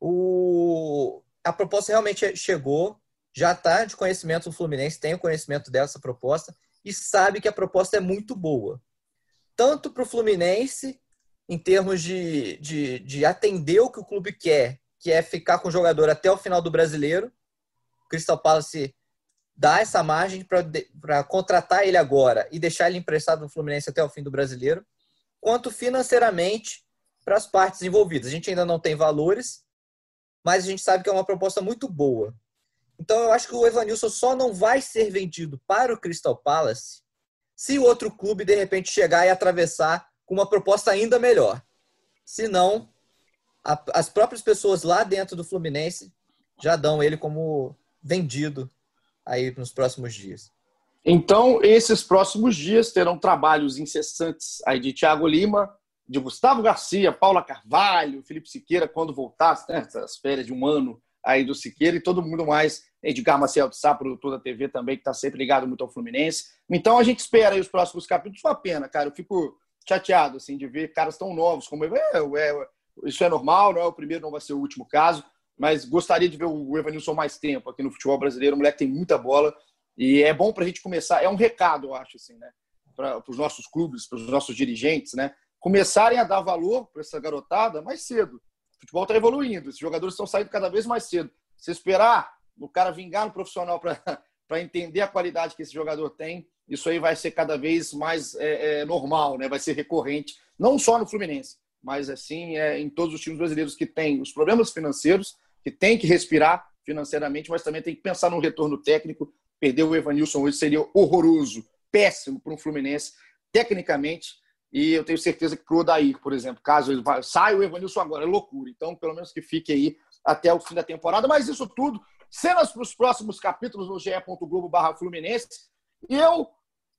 S4: o, a proposta realmente chegou, já está de conhecimento do Fluminense, tem o conhecimento dessa proposta e sabe que a proposta é muito boa. Tanto para o Fluminense, em termos de, de, de atender o que o clube quer, que é ficar com o jogador até o final do Brasileiro. O Crystal Palace dá essa margem para contratar ele agora e deixar ele emprestado no Fluminense até o fim do Brasileiro, quanto financeiramente para as partes envolvidas. A gente ainda não tem valores, mas a gente sabe que é uma proposta muito boa. Então eu acho que o Evanilson só não vai ser vendido para o Crystal Palace se o outro clube de repente chegar e atravessar com uma proposta ainda melhor. Senão, a, as próprias pessoas lá dentro do Fluminense já dão ele como vendido aí nos próximos dias.
S3: Então, esses próximos dias terão trabalhos incessantes aí de Thiago Lima, de Gustavo Garcia, Paula Carvalho, Felipe Siqueira, quando voltar, né, essas férias de um ano aí do Siqueira, e todo mundo mais, Edgar Maciel de Sá, produtor da T V também, que está sempre ligado muito ao Fluminense. Então, a gente espera aí os próximos capítulos. Uma pena, cara, eu fico chateado assim, de ver caras tão novos como eu. É, é, isso é normal, não é o primeiro, não vai ser o último caso, mas gostaria de ver o Evanilson mais tempo aqui no futebol brasileiro. O moleque tem muita bola e é bom para a gente começar. É um recado, eu acho, assim, né, para os nossos clubes, para os nossos dirigentes, né, começarem a dar valor para essa garotada mais cedo. O futebol está evoluindo, esses jogadores estão saindo cada vez mais cedo. Se esperar o cara vingar no profissional para entender a qualidade que esse jogador tem, isso aí vai ser cada vez mais é, é, normal, né? Vai ser recorrente, não só no Fluminense, mas assim é, em todos os times brasileiros que têm os problemas financeiros, que tem que respirar financeiramente, mas também tem que pensar no retorno técnico. Perder o Evanilson hoje seria horroroso, péssimo para um Fluminense, tecnicamente, e eu tenho certeza que para o Odair, por exemplo, caso ele vai, saia o Evanilson agora, é loucura. Então, pelo menos que fique aí até o fim da temporada. Mas isso tudo, cenas para os próximos capítulos no ge ponto globo barra Fluminense. E eu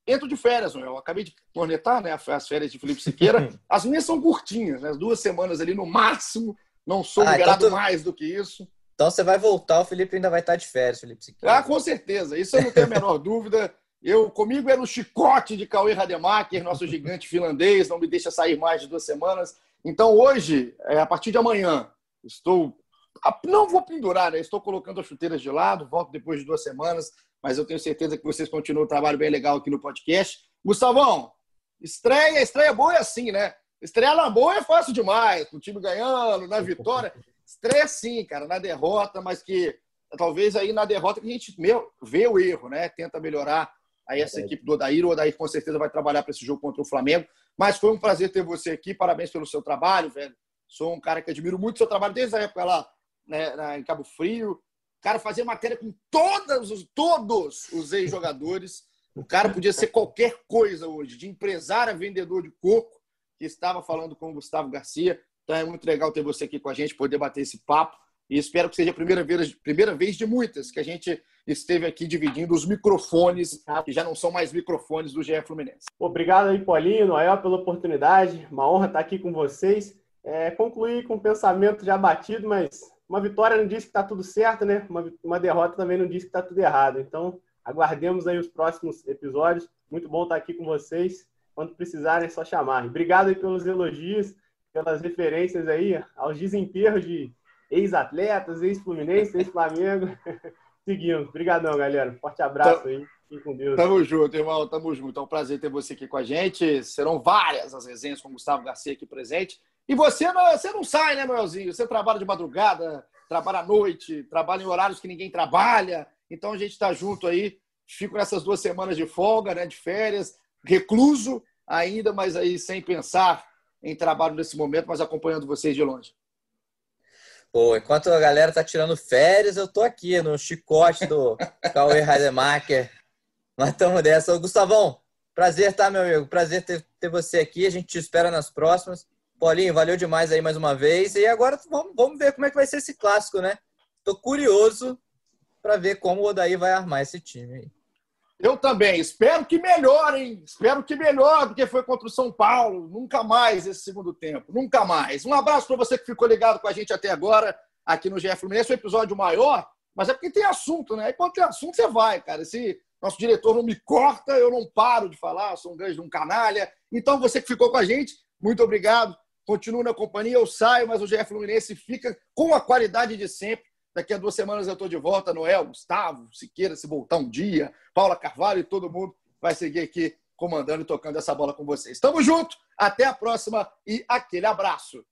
S3: entro de férias, eu acabei de cornetar, né, as férias de Felipe Siqueira. As minhas são curtinhas, né, as duas semanas ali no máximo, não sou
S4: Ah,
S3: liberado
S4: então tu-
S3: mais do que isso.
S4: Então você vai voltar, o Felipe ainda vai estar de férias, Felipe Siqueira.
S3: Ah, com certeza, isso eu não tenho a menor dúvida. Eu, comigo era o chicote de Cauê Rademacher, nosso gigante finlandês, não me deixa sair mais de duas semanas. Então hoje, é, a partir de amanhã, estou... Não vou pendurar, né? Estou colocando as chuteiras de lado, volto depois de duas semanas, mas eu tenho certeza que vocês continuam um trabalho bem legal aqui no podcast. Gustavão, estreia, estreia boa é assim, né? Estreia na boa é fácil demais, com o time ganhando, na vitória. Estreia sim, cara, na derrota, mas que talvez aí na derrota que a gente meu, vê o erro, né? Tenta melhorar aí essa equipe do Odair. O Odair com certeza vai trabalhar para esse jogo contra o Flamengo. Mas foi um prazer ter você aqui. Parabéns pelo seu trabalho, velho. Sou um cara que admiro muito o seu trabalho desde a época lá, né, em Cabo Frio. O cara fazia matéria com todos os, todos os ex-jogadores. O cara podia ser qualquer coisa hoje, de empresário a vendedor de coco, que estava falando com o Gustavo Garcia. Então é muito legal ter você aqui com a gente, poder bater esse papo. E espero que seja a primeira vez, primeira vez de muitas que a gente esteve aqui dividindo os microfones, que já não são mais microfones do G E Fluminense.
S5: Obrigado aí, Paulinho, Noel, pela oportunidade. Uma honra estar aqui com vocês. É, concluir com um pensamento já batido, mas uma vitória não diz que está tudo certo, né? Uma, uma derrota também não diz que está tudo errado. Então, aguardemos aí os próximos episódios. Muito bom estar aqui com vocês. Quando precisarem, é só chamar. Obrigado aí pelos elogios, pelas referências aí aos desempenhos de ex-atletas, ex-fluminense, ex-Flamengo. Seguimos. Obrigadão, galera. Forte abraço aí. Fiquem com Deus.
S3: Tamo junto, irmão. Tamo junto. É um prazer ter você aqui com a gente. Serão várias as resenhas com o Gustavo Garcia aqui presente. E você não, você não sai, né, Noelzinho? Você trabalha de madrugada, trabalha à noite, trabalha em horários que ninguém trabalha. Então a gente está junto aí. Fico nessas duas semanas de folga, né, de férias, recluso ainda, mas aí sem pensar em trabalho nesse momento, mas acompanhando vocês de longe.
S4: Pô, enquanto a galera tá tirando férias, eu tô aqui no chicote do Cauê Rademacher. Mas estamos dessa. Ô, Gustavão, prazer, tá, meu amigo? Prazer ter, ter você aqui. A gente te espera nas próximas. Paulinho, valeu demais aí mais uma vez. E agora vamos, vamos ver como é que vai ser esse clássico, né? Tô curioso para ver como o Odair vai armar esse time aí.
S3: Eu também. Espero que melhorem. Espero que melhore, porque foi contra o São Paulo. Nunca mais esse segundo tempo. Nunca mais. Um abraço para você que ficou ligado com a gente até agora, aqui no G E Fluminense. É um episódio maior, mas é porque tem assunto, né? E quando tem assunto, você vai, cara. Se nosso diretor não me corta, eu não paro de falar. Eu sou um grande de um canalha. Então, você que ficou com a gente, muito obrigado. Continuo na companhia. Eu saio, mas o G E Fluminense fica com a qualidade de sempre. Daqui a duas semanas eu estou de volta. Noel, Gustavo, Siqueira, se voltar um dia, Paula Carvalho e todo mundo vai seguir aqui comandando e tocando essa bola com vocês. Tamo junto, até a próxima e aquele abraço.